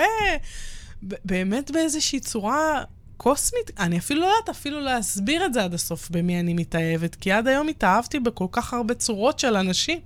Speaker 1: באמת באיזושהי צורה קוסמית. אני אפילו לא יודעת אפילו להסביר את זה עד הסוף במי אני מתאהבת, כי עד היום התאהבתי בכל כך הרבה צורות של אנשים.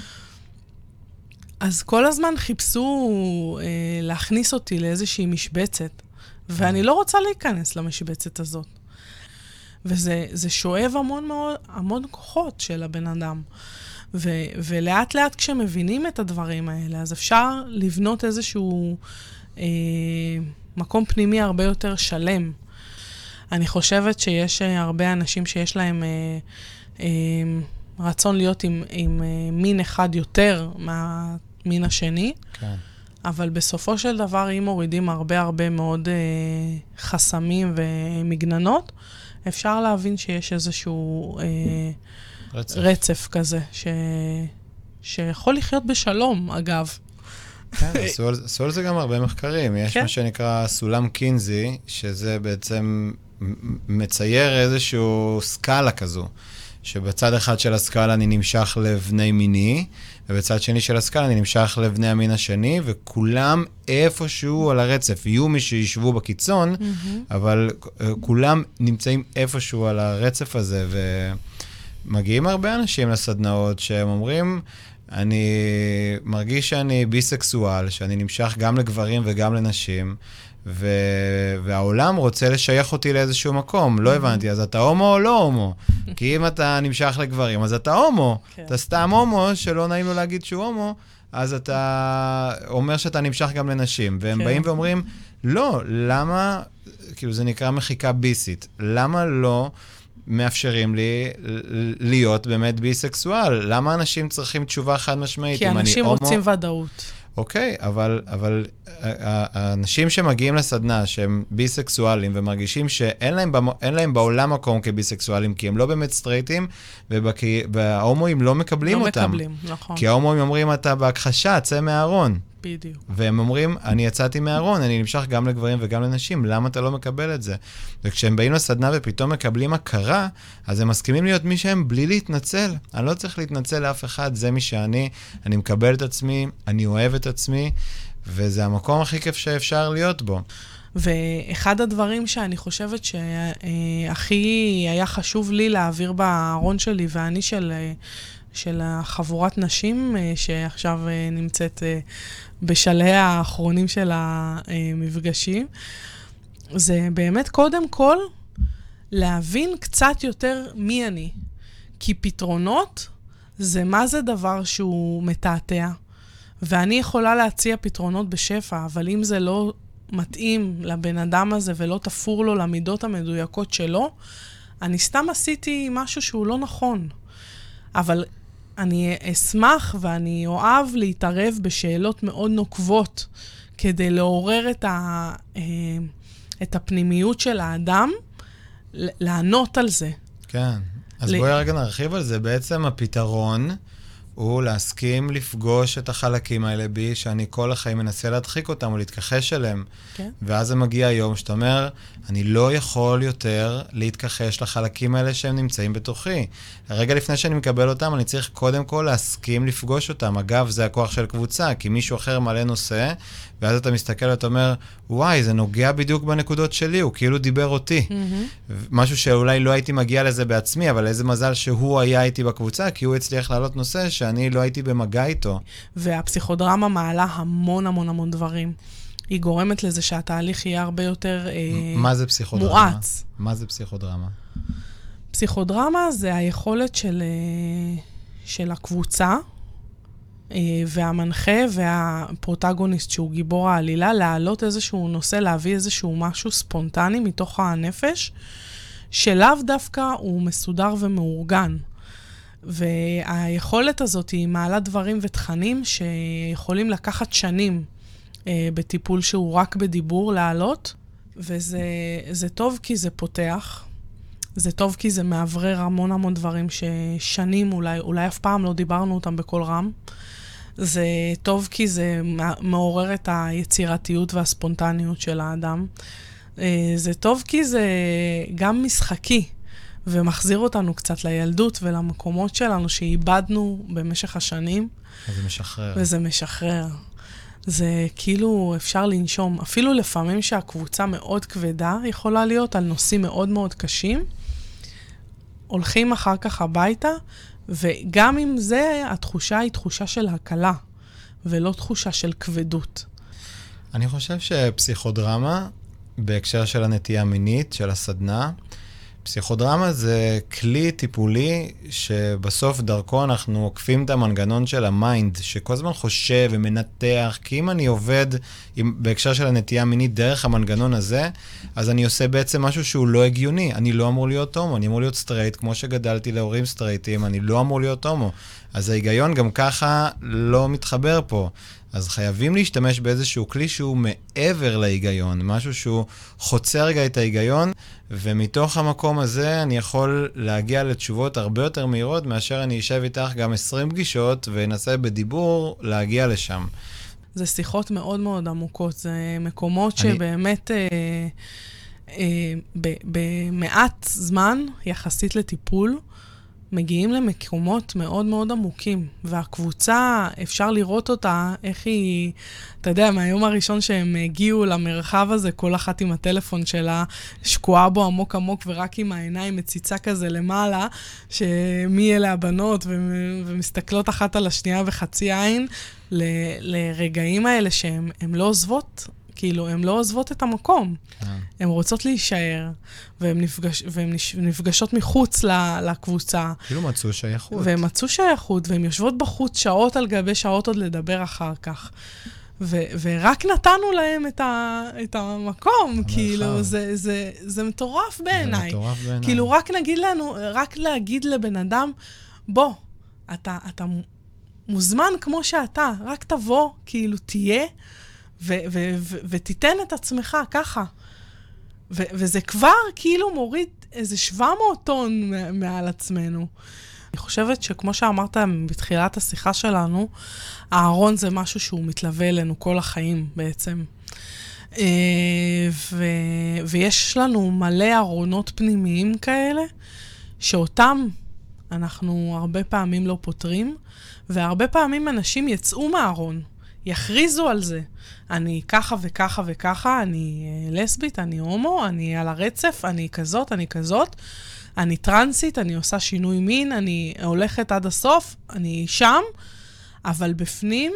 Speaker 1: אז כל הזמן חיפשו אה, להכניס אותי לאיזושהי משבצת, ואני לא רוצה להיכנס למשבצת הזאת. וזה זה שואב המון, מאוד, המון כוחות של הבן אדם. ו, ולאט לאט כשמבינים את הדברים האלה, אז אפשר לבנות איזשהו אה, מקום פנימי הרבה יותר שלם. אני חושבת שיש הרבה אנשים שיש להם אה, אה, רצון להיות עם, עם אה, מין אחד יותר מה... מין השני,
Speaker 2: כן.
Speaker 1: אבל בסופו של דבר, אם מורידים הרבה הרבה מאוד אה, חסמים ומגננות, אפשר להבין שיש איזשהו אה,
Speaker 2: רצף.
Speaker 1: רצף כזה, ש... שיכול לחיות בשלום, אגב.
Speaker 2: כן, עשו על, עשו על זה גם הרבה מחקרים. יש כן. מה שנקרא סולם קינזי, שזה בעצם מצייר איזשהו סקאלה כזו. שבצד אחד של הסקאלה אני נמשך לבני מיני, ובצד שני של הסקאלה אני נמשך לבני המין השני, וכולם איפשהו על הרצף. יהיו מי שישבו בקיצון, mm-hmm. אבל כולם נמצאים איפשהו על הרצף הזה, ומגיעים הרבה אנשים לסדנאות שהם אומרים, אני מרגיש שאני ביסקסואל, שאני נמשך גם לגברים וגם לנשים, ו... והעולם רוצה לשייך אותי לאיזשהו מקום. לא הבנתי, אז אתה הומו או לא הומו? כי אם אתה נמשך לגברים, אז אתה הומו. אתה סתם הומו, שלא נעים לו להגיד שהוא הומו, אז אתה אומר שאתה נמשך גם לנשים. והם
Speaker 1: כן.
Speaker 2: באים ואומרים, לא, למה, כאילו זה נקרא מחיקה ביסית, למה לא מאפשרים לי להיות באמת ביסקסואל? למה אנשים צריכים תשובה חד משמעית?
Speaker 1: כי אנשים רוצים ודאות.
Speaker 2: אוקיי, אבל, אבל האנשים שמגיעים לסדנה, שהם ביסקסואלים, ומרגישים שאין להם, אין להם בעולם מקום כביסקסואלים, כי הם לא באמת סטרייטים, וההומואים לא מקבלים
Speaker 1: לא
Speaker 2: אותם.
Speaker 1: לא מקבלים, נכון.
Speaker 2: כי ההומואים אומרים, אתה בהכחשה, צא מהארון.
Speaker 1: בדיוק.
Speaker 2: והם אומרים, אני יצאתי מהארון, אני נמשך גם לגברים וגם לנשים, למה אתה לא מקבל את זה? וכשהם באים לסדנה ופתאום מקבלים הכרה, אז הם מסכימים להיות מי שהם בלי להתנצל. אני לא צריך להתנצל לאף אחד, זה מי שאני, אני מקבל את עצמי, אני אוהב את עצמי, וזה המקום הכי כיף שאפשר להיות בו.
Speaker 1: ואחד הדברים שאני חושבת שהכי היה חשוב לי להעביר בארון שלי, ואני של... של החבורת נשים שעכשיו נמצאת בשלהי האחרונים של המפגשים, זה באמת קודם כל להבין קצת יותר מי אני. כי פתרונות זה מה זה דבר שהוא מתעתע. ואני יכולה להציע פתרונות בשפע, אבל אם זה לא מתאים לבן אדם הזה ולא תפור לו למידות המדויקות שלו, אני סתם עשיתי משהו שהוא לא נכון. אבל אני אשמח ואני אוהב להתערב בשאלות מאוד נוקבות, כדי לעורר את, ה, את הפנימיות של האדם, לענות על זה.
Speaker 2: כן, אז ל... בואי רגע נרחיב על זה. בעצם הפתרון הוא להסכים לפגוש את החלקים האלה בי, שאני כל החיים מנסה להדחיק אותם או להתכחש אליהם. כן. ואז זה מגיע היום שאתה אומר, אני לא יכול יותר להתכחש לחלקים האלה שהם נמצאים בתוכי. הרגע לפני שאני מקבל אותם, אני צריך קודם כל להסכים לפגוש אותם. אגב, זה הכוח של קבוצה, כי מישהו אחר מלא נושא, ואז אתה מסתכל ואתה אומר, וואי, זה נוגע בדיוק בנקודות שלי, הוא כאילו דיבר אותי. Mm-hmm. משהו שאולי לא הייתי מגיע לזה בעצמי, אבל איזה מזל שהוא היה איתי בקבוצה, כי הוא הצליח להעלות נושא שאני לא הייתי במגע איתו.
Speaker 1: והפסיכודרמה מעלה המון המון המון דברים. היא גורמת לזה שהתהליך יהיה הרבה יותר אה,
Speaker 2: מה זה פסיכודרמה?
Speaker 1: מואץ.
Speaker 2: מה זה פסיכודרמה?
Speaker 1: פסיכודרמה זה היכולת של, אה, של הקבוצה, והמנחה והפרוטגוניסט שהוא גיבור העלילה, להעלות איזשהו נושא, להביא איזשהו משהו ספונטני מתוך הנפש, שלאו דווקא הוא מסודר ומאורגן. והיכולת הזאת היא מעלה דברים ותכנים שיכולים לקחת שנים אה, בטיפול שהוא רק בדיבור להעלות, וזה זה טוב כי זה פותח, זה טוב כי זה מעברר המון המון דברים ששנים אולי, אולי אף פעם לא דיברנו אותם בכל רם, זה טוב כי זה מעורר את היצירתיות והספונטניות של האדם. זה טוב כי זה גם משחקי, ומחזיר אותנו קצת לילדות ולמקומות שלנו שאיבדנו במשך השנים.
Speaker 2: וזה משחרר.
Speaker 1: וזה משחרר. זה כאילו אפשר לנשום. אפילו לפעמים שהקבוצה מאוד כבדה יכולה להיות על נושאים מאוד מאוד קשים, הולכים אחר כך הביתה, וגם עם זה, התחושה היא תחושה של הקלה, ולא תחושה של כבדות.
Speaker 2: אני חושב שפסיכודרמה, בהקשר של הנטייה המינית, של הסדנה, פסיכודרמה זה כלי טיפולי שבסוף דרכו אנחנו עוקפים את המנגנון של המיינד, שכל הזמן חושב ומנתח, כי אם אני עובד עם, בהקשר של הנטייה המינית דרך המנגנון הזה, אז אני עושה בעצם משהו שהוא לא הגיוני. אני לא אמור להיות הומו, אני אמור להיות סטרייט, כמו שגדלתי להורים סטרייטים, אני לא אמור להיות הומו. אז ההיגיון גם ככה לא מתחבר פה. אז חייבים להשתמש באיזשהו כלי שהוא מעבר להיגיון, משהו שהוא חוצה רגע את ההיגיון, ומתוך המקום הזה אני יכול להגיע לתשובות הרבה יותר מהירות, מאשר אני אשב איתך גם עשרים פגישות, ואנסה בדיבור להגיע לשם.
Speaker 1: זה שיחות מאוד מאוד עמוקות, זה מקומות אני... שבאמת אה, אה, ב- במעט זמן, יחסית לטיפול, מגיעים למקומות מאוד מאוד עמוקים, והקבוצה, אפשר לראות אותה, איך היא, אתה יודע, מהיום הראשון שהם הגיעו למרחב הזה, כל אחת עם הטלפון שלה, שקועה בו עמוק עמוק, ורק עם העיניים מציצה כזה למעלה, שמי אלה הבנות, ו- ומסתכלות אחת על השנייה בחצי עין, ל- לרגעים האלה שהם הם לא עוזבות, כאילו, הם לא עוזבות את המקום. הן רוצות להישאר, והן נפגש, והן נפגשות מחוץ לקבוצה.
Speaker 2: כאילו מצאו שייכות.
Speaker 1: והן מצאו שייכות, והן יושבות בחוץ שעות על גבי שעות עוד לדבר אחר כך. ו- ורק נתנו להם את, ה- את המקום, כאילו, זה, זה, זה מטורף בעיניי.
Speaker 2: זה מטורף בעיניי.
Speaker 1: כאילו, רק נגיד לנו, רק להגיד לבן אדם, בוא, אתה, אתה מוזמן כמו שאתה, רק תבוא, כאילו, תהיה, ו- ו- ו- ותיתן את עצמך ככה. ו- וזה כבר כאילו מוריד איזה שבע מאות טון מעל עצמנו. אני חושבת שכמו שאמרת בתחילת השיחה שלנו, הארון זה משהו שהוא מתלווה אלינו כל החיים בעצם. ו- ויש לנו מלא ארונות פנימיים כאלה, שאותם אנחנו הרבה פעמים לא פותרים, והרבה פעמים אנשים יצאו מהארון, יכריזו על זה. אני ככה וככה וככה, אני לסבית, אני הומו, אני על הרצף, אני כזאת, אני כזאת, אני טרנסית, אני עושה שינוי מין, אני הולכת עד הסוף, אני שם, אבל בפנים,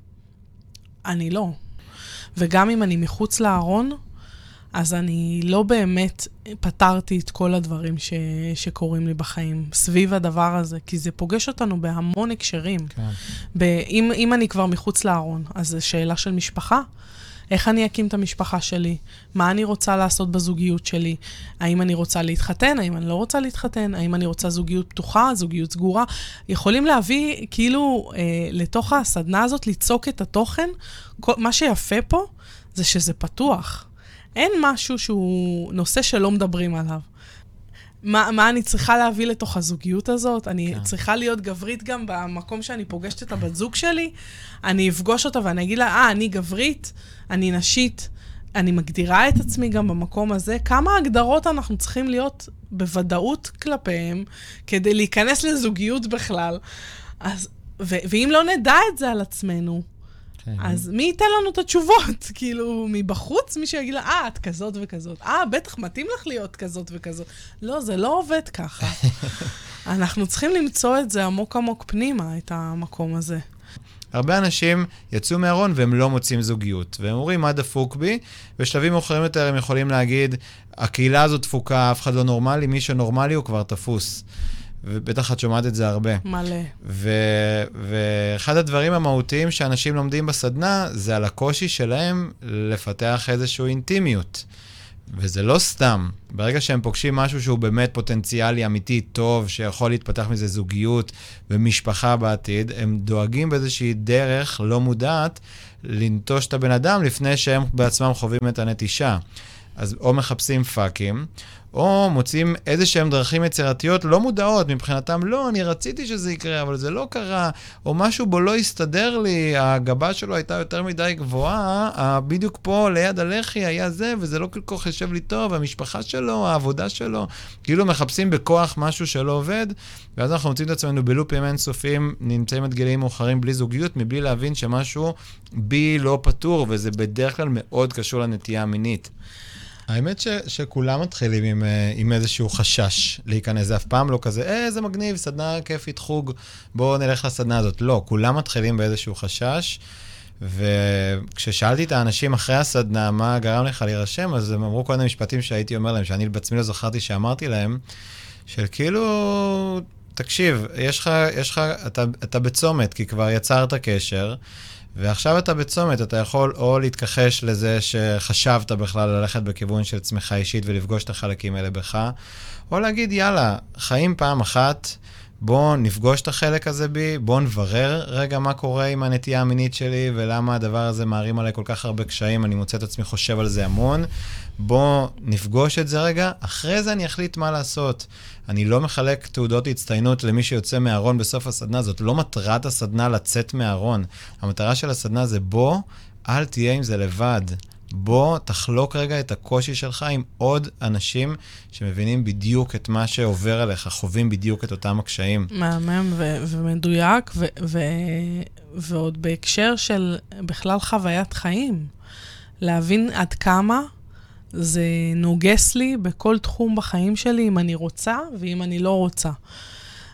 Speaker 1: אני לא. וגם אם אני מחוץ לארון, אז אני לא באמת פתרתי את כל הדברים ש... שקורים לי בחיים, סביב הדבר הזה, כי זה פוגש אותנו בהמון הקשרים.
Speaker 2: כן.
Speaker 1: ב... אם, אם אני כבר מחוץ לארון, אז זו שאלה של משפחה. איך אני אקים את המשפחה שלי? מה אני רוצה לעשות בזוגיות שלי? האם אני רוצה להתחתן? האם אני לא רוצה להתחתן? האם אני רוצה זוגיות פתוחה? זוגיות סגורה? יכולים להביא כאילו אה, לתוך הסדנה הזאת, ליצוק את התוכן. כל... מה שיפה פה זה שזה פתוח. אין משהו שהוא נושא שלא מדברים עליו. מה, מה אני צריכה להביא לתוך הזוגיות הזאת? אני כן. צריכה להיות גברית גם במקום שאני פוגשת את הבת זוג שלי. אני אפגוש אותה ואני אגיד לה, אה, אני גברית, אני נשית, אני מגדירה את עצמי גם במקום הזה. כמה הגדרות אנחנו צריכים להיות בוודאות כלפיהם, כדי להיכנס לזוגיות בכלל. אז, ו- ואם לא נדע את זה על עצמנו, אז מי ייתן לנו את התשובות? כאילו, מבחוץ מי שיגיד לה, אה, את כזאת וכזאת. אה, בטח מתאים לך להיות כזאת וכזאת. לא, זה לא עובד ככה. אנחנו צריכים למצוא את זה עמוק עמוק פנימה, את המקום הזה.
Speaker 2: הרבה אנשים יצאו מהארון והם לא מוצאים זוגיות. והם אומרים, מה דפוק בי? בשלבים מאוחרים יותר הם יכולים להגיד, הקהילה הזאת דפוקה, אף אחד לא נורמלי, מי שנורמלי הוא כבר תפוס. ובטח את שומעת את זה הרבה.
Speaker 1: מלא.
Speaker 2: ו- ואחד הדברים המהותיים שאנשים לומדים בסדנה, זה על הקושי שלהם לפתח איזושהי אינטימיות. וזה לא סתם. ברגע שהם פוגשים משהו שהוא באמת פוטנציאלי, אמיתי, טוב, שיכול להתפתח מזה זוגיות ומשפחה בעתיד, הם דואגים באיזושהי דרך לא מודעת לנטוש את הבן אדם לפני שהם בעצמם חווים את הנטישה. אז או מחפשים פאקים, או מוצאים איזה שהם דרכים יצירתיות לא מודעות, מבחינתם, לא, אני רציתי שזה יקרה, אבל זה לא קרה, או משהו בו לא הסתדר לי, הגבה שלו הייתה יותר מדי גבוהה, בדיוק פה ליד הלחי היה זה, וזה לא כל כך יושב לי טוב, המשפחה שלו, העבודה שלו, כאילו מחפשים בכוח משהו שלא עובד, ואז אנחנו מוצאים את עצמנו בלופים אינסופיים, נמצאים את גילאים מאוחרים בלי זוגיות, מבלי להבין שמשהו בי לא פתור, וזה בדרך כלל מאוד קשור לנטייה המינית. האמת ש, שכולם מתחילים עם, עם איזשהו חשש להיכנס, זה אף פעם לא כזה, אה, זה מגניב, סדנה כיפית, חוג, בואו נלך לסדנה הזאת. לא, כולם מתחילים באיזשהו חשש, וכששאלתי את האנשים אחרי הסדנה, מה גרם לך להירשם, אז הם אמרו כל מיני משפטים שהייתי אומר להם, שאני בעצמי לא זכרתי שאמרתי להם, של כאילו, תקשיב, יש לך, יש לך, אתה, אתה בצומת, כי כבר יצרת קשר, ועכשיו אתה בצומת, אתה יכול או להתכחש לזה שחשבת בכלל ללכת בכיוון של צמיחה אישית ולפגוש את החלקים האלה בך, או להגיד, יאללה, חיים פעם אחת, בוא נפגוש את החלק הזה בי, בוא נברר רגע מה קורה עם הנטייה המינית שלי, ולמה הדבר הזה מערים עליי כל כך הרבה קשיים, אני מוצא את עצמי חושב על זה המון, בוא נפגוש את זה רגע, אחרי זה אני אחליט מה לעשות. אני לא מחלק תעודות הצטיינות למי שיוצא מהארון בסוף הסדנה, זאת לא מטרת הסדנה לצאת מהארון. המטרה של הסדנה זה בוא, אל תהיה עם זה לבד. בוא תחלוק רגע את הקושי שלך עם עוד אנשים שמבינים בדיוק את מה שעובר עליך, חווים בדיוק את אותם הקשיים.
Speaker 1: מהמם ו- ומדויק, ו- ו- ועוד בהקשר של בכלל חוויית חיים. להבין עד כמה זה נוגס לי בכל תחום בחיים שלי, אם אני רוצה ואם אני לא רוצה.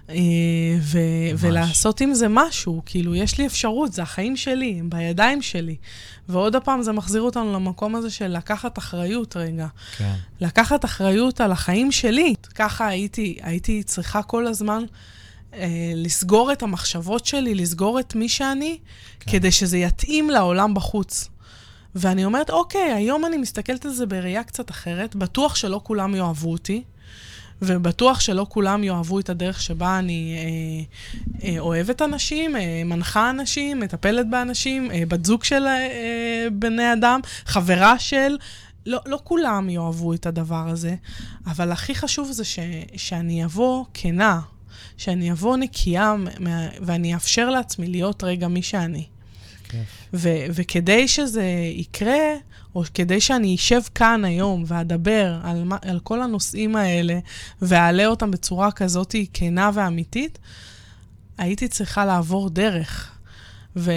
Speaker 1: ו- ולעשות עם זה משהו, כאילו, יש לי אפשרות, זה החיים שלי, הם בידיים שלי. ועוד הפעם זה מחזיר אותנו למקום הזה של לקחת אחריות רגע.
Speaker 2: כן.
Speaker 1: לקחת אחריות על החיים שלי. ככה הייתי, הייתי צריכה כל הזמן אה, לסגור את המחשבות שלי, לסגור את מי שאני, כן. כדי שזה יתאים לעולם בחוץ. ואני אומרת, אוקיי, היום אני מסתכלת על זה בראייה קצת אחרת, בטוח שלא כולם יאהבו אותי, ובטוח שלא כולם יאהבו את הדרך שבה אני אה, אה, אוהבת אנשים, אה, מנחה אנשים, מטפלת באנשים, אה, בת זוג של אה, בני אדם, חברה של... לא, לא כולם יאהבו את הדבר הזה, אבל הכי חשוב זה ש, שאני אבוא כנה, שאני אבוא נקייה, מה, ואני אאפשר לעצמי להיות רגע מי שאני. ו- וכדי שזה יקרה, או כדי שאני אשב כאן היום ואדבר על, על כל הנושאים האלה, ואעלה אותם בצורה כזאת כנה ואמיתית, הייתי צריכה לעבור דרך. ו-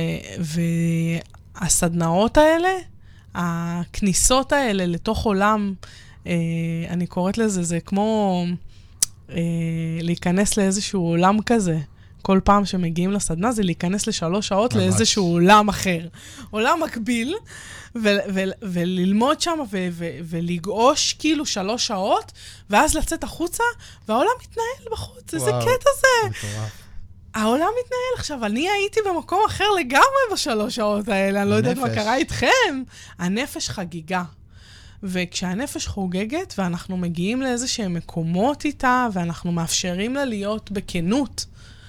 Speaker 1: והסדנאות האלה, הכניסות האלה לתוך עולם, אה, אני קוראת לזה, זה כמו אה, להיכנס לאיזשהו עולם כזה. כל פעם שמגיעים לסדנה, זה להיכנס לשלוש שעות ממש. לאיזשהו עולם אחר. עולם מקביל, ו- ו- וללמוד שם, ו- ו- ולגעוש כאילו שלוש שעות, ואז לצאת החוצה, והעולם מתנהל בחוץ. איזה קטע זה. מטורף. העולם מתנהל עכשיו. אני הייתי במקום אחר לגמרי בשלוש שעות האלה, אני לא יודעת מה קרה איתכם. הנפש חגיגה. וכשהנפש חוגגת, ואנחנו מגיעים לאיזשהם מקומות איתה, ואנחנו מאפשרים לה להיות בכנות,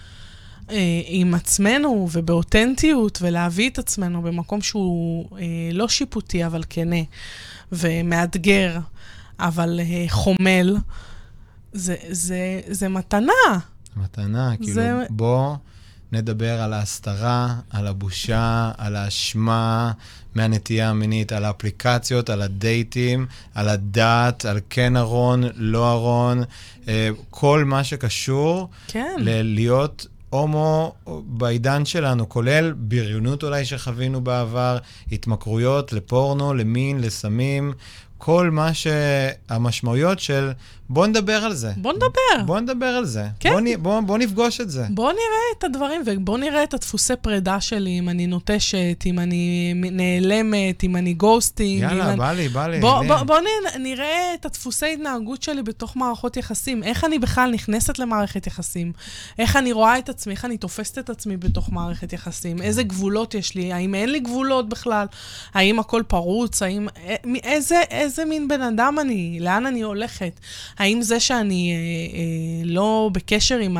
Speaker 1: עם עצמנו ובאותנטיות, ולהביא את עצמנו במקום שהוא לא שיפוטי, אבל כנה, ומאתגר, אבל חומל, זה, זה, זה מתנה.
Speaker 2: מתנה, כאילו, זה... בוא נדבר על ההסתרה, על הבושה, על האשמה, מהנטייה המינית, על האפליקציות, על הדייטים, על הדת, על כן ארון, לא ארון, כל מה שקשור
Speaker 1: כן.
Speaker 2: ל-להיות הומו בעידן שלנו, כולל בריונות אולי שחווינו בעבר, התמכרויות לפורנו, למין, לסמים, כל מה שהמשמעויות של בוא נדבר על זה.
Speaker 1: בוא נדבר.
Speaker 2: בוא נדבר על זה.
Speaker 1: כן.
Speaker 2: בוא, בוא, בוא נפגוש את זה.
Speaker 1: בוא נראה את הדברים, ובוא נראה את הדפוסי פרידה שלי, אם אני נוטשת, אם אני נעלמת, אם אני גוסטינג.
Speaker 2: יאללה,
Speaker 1: אני...
Speaker 2: בא לי, בא לי.
Speaker 1: בוא, בוא, בוא נראה את הדפוסי התנהגות שלי בתוך מערכות יחסים. איך אני בכלל נכנסת למערכת יחסים? איך אני רואה את עצמי? איך אני תופסת את עצמי בתוך מערכת יחסים? איזה גבולות יש לי? האם אין לי גבולות בכלל? האם הכל פרוץ? האם... איזה, איזה מין בן אדם אני? לאן אני הולכת? האם זה שאני אה, אה, לא בקשר עם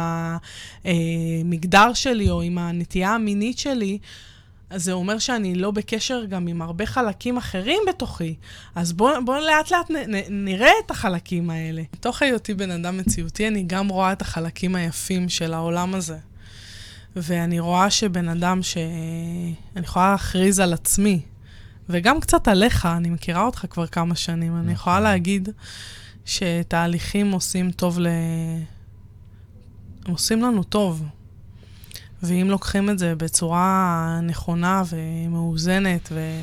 Speaker 1: המגדר שלי או עם הנטייה המינית שלי, אז זה אומר שאני לא בקשר גם עם הרבה חלקים אחרים בתוכי. אז בואו בוא לאט לאט נ, נ, נראה את החלקים האלה. מתוך היותי בן אדם מציאותי, אני גם רואה את החלקים היפים של העולם הזה. ואני רואה שבן אדם שאני יכולה להכריז על עצמי, וגם קצת עליך, אני מכירה אותך כבר כמה שנים, אני יכולה להגיד שתהליכים עושים טוב ל... הם עושים לנו טוב. ואם לוקחים את זה בצורה נכונה ומאוזנת, ו...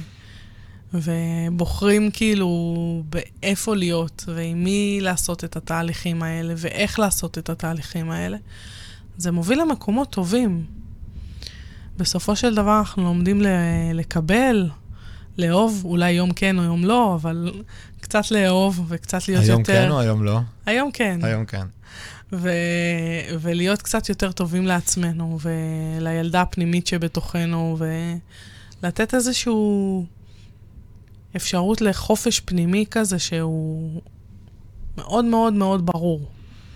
Speaker 1: ובוחרים כאילו באיפה להיות, ועם מי לעשות את התהליכים האלה, ואיך לעשות את התהליכים האלה, זה מוביל למקומות טובים. בסופו של דבר אנחנו לומדים לקבל, לאהוב, אולי יום כן או יום לא, אבל קצת לאהוב וקצת להיות
Speaker 2: היום
Speaker 1: יותר...
Speaker 2: היום כן או היום לא?
Speaker 1: היום כן.
Speaker 2: היום כן.
Speaker 1: ו... ולהיות קצת יותר טובים לעצמנו, ולילדה הפנימית שבתוכנו, ולתת איזשהו אפשרות לחופש פנימי כזה, שהוא מאוד מאוד מאוד ברור.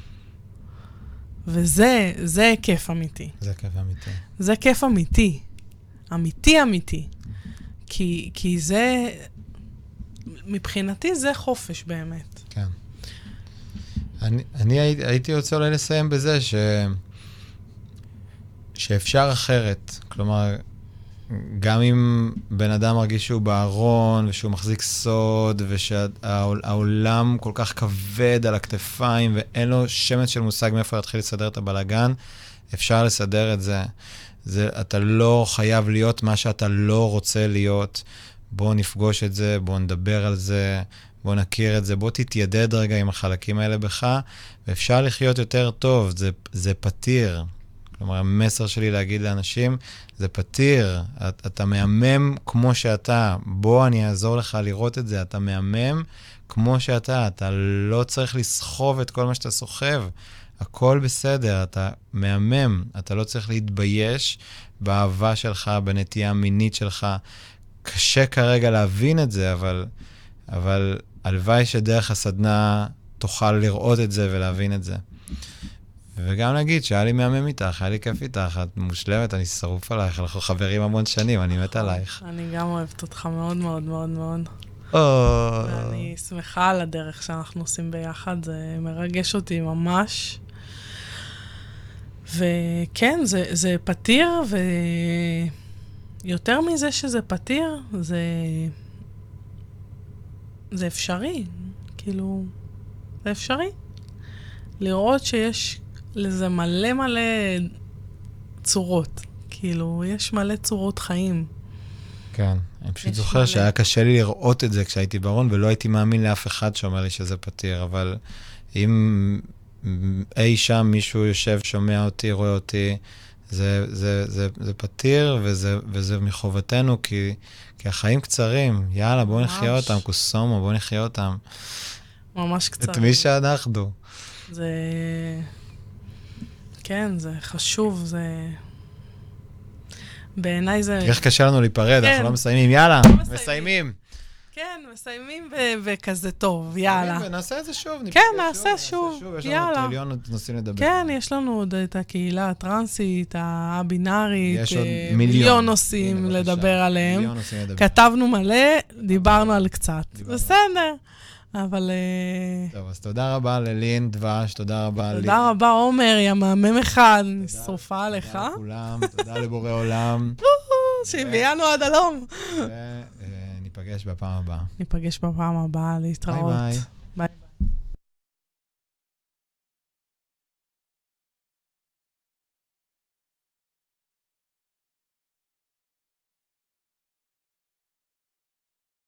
Speaker 1: וזה, זה כיף אמיתי.
Speaker 2: זה כיף אמיתי.
Speaker 1: זה כיף אמיתי. אמיתי אמיתי. כי, כי זה, מבחינתי זה חופש באמת.
Speaker 2: כן. אני, אני הייתי, הייתי רוצה אולי לסיים בזה ש, שאפשר אחרת. כלומר, גם אם בן אדם מרגיש שהוא בארון, ושהוא מחזיק סוד, ושהעולם כל כך כבד על הכתפיים, ואין לו שמץ של מושג מאיפה להתחיל לסדר את הבלגן, אפשר לסדר את זה. זה, אתה לא חייב להיות מה שאתה לא רוצה להיות. בוא נפגוש את זה, בוא נדבר על זה, בוא נכיר את זה, בוא תתיידד רגע עם החלקים האלה בך, ואפשר לחיות יותר טוב, זה, זה פתיר. כלומר, המסר שלי להגיד לאנשים, זה פתיר, אתה, אתה מהמם כמו שאתה, בוא אני אעזור לך לראות את זה, אתה מהמם כמו שאתה, אתה לא צריך לסחוב את כל מה שאתה סוחב, הכל בסדר, אתה מהמם, אתה לא צריך להתבייש באהבה שלך, בנטייה המינית שלך, קשה כרגע להבין את זה, אבל, אבל הלוואי שדרך הסדנה תוכל לראות את זה ולהבין את זה. וגם להגיד שהיה לי מהמם איתך, היה לי כיף איתך, את מושלמת, אני שרוף עלייך, אנחנו חברים המון שנים, אני מת עלייך.
Speaker 1: אני גם אוהבת אותך מאוד מאוד מאוד מאוד. ואני שמחה על הדרך שאנחנו עושים ביחד, זה מרגש אותי ממש. וכן, זה, זה פתיר, ויותר מזה שזה פתיר, זה, זה אפשרי. כאילו, זה אפשרי. לראות שיש לזה מלא מלא צורות. כאילו, יש מלא צורות חיים.
Speaker 2: כן, אני פשוט זוכר מלא. שהיה קשה לי לראות את זה כשהייתי בארון, ולא הייתי מאמין לאף אחד שאומר לי שזה פתיר, אבל אם אי שם מישהו יושב, שומע אותי, רואה אותי, זה, זה, זה, זה פתיר, וזה, וזה מחובתנו, כי, כי החיים קצרים. יאללה, בואו נחיה אותם, קוסומו, בואו נחיה אותם.
Speaker 1: ממש קצרים.
Speaker 2: את מי שאנחנו.
Speaker 1: זה... כן, זה חשוב, זה... בעיניי זה...
Speaker 2: איך קשה לנו להיפרד, אנחנו לא מסיימים, יאללה, מסיימים.
Speaker 1: כן, מסיימים וכזה טוב, יאללה.
Speaker 2: ונעשה את זה שוב.
Speaker 1: כן, נעשה שוב, יאללה.
Speaker 2: יש לנו טריליון נושאים לדבר.
Speaker 1: כן, יש לנו עוד את הקהילה הטרנסית, הבינארית,
Speaker 2: יש עוד
Speaker 1: מיליון נושאים לדבר עליהם.
Speaker 2: מיליון נושאים לדבר.
Speaker 1: כתבנו מלא, דיברנו על קצת. בסדר. אבל...
Speaker 2: טוב, אז תודה רבה ללין דבש, תודה רבה ללין.
Speaker 1: תודה רבה, עומר, יא מהמם אחד, אני שרופה עליך.
Speaker 2: תודה לכולם, תודה לבורא עולם.
Speaker 1: שהביאנו עד הלום.
Speaker 2: וניפגש בפעם הבאה.
Speaker 1: ניפגש בפעם הבאה, להתראות.
Speaker 2: ביי ביי.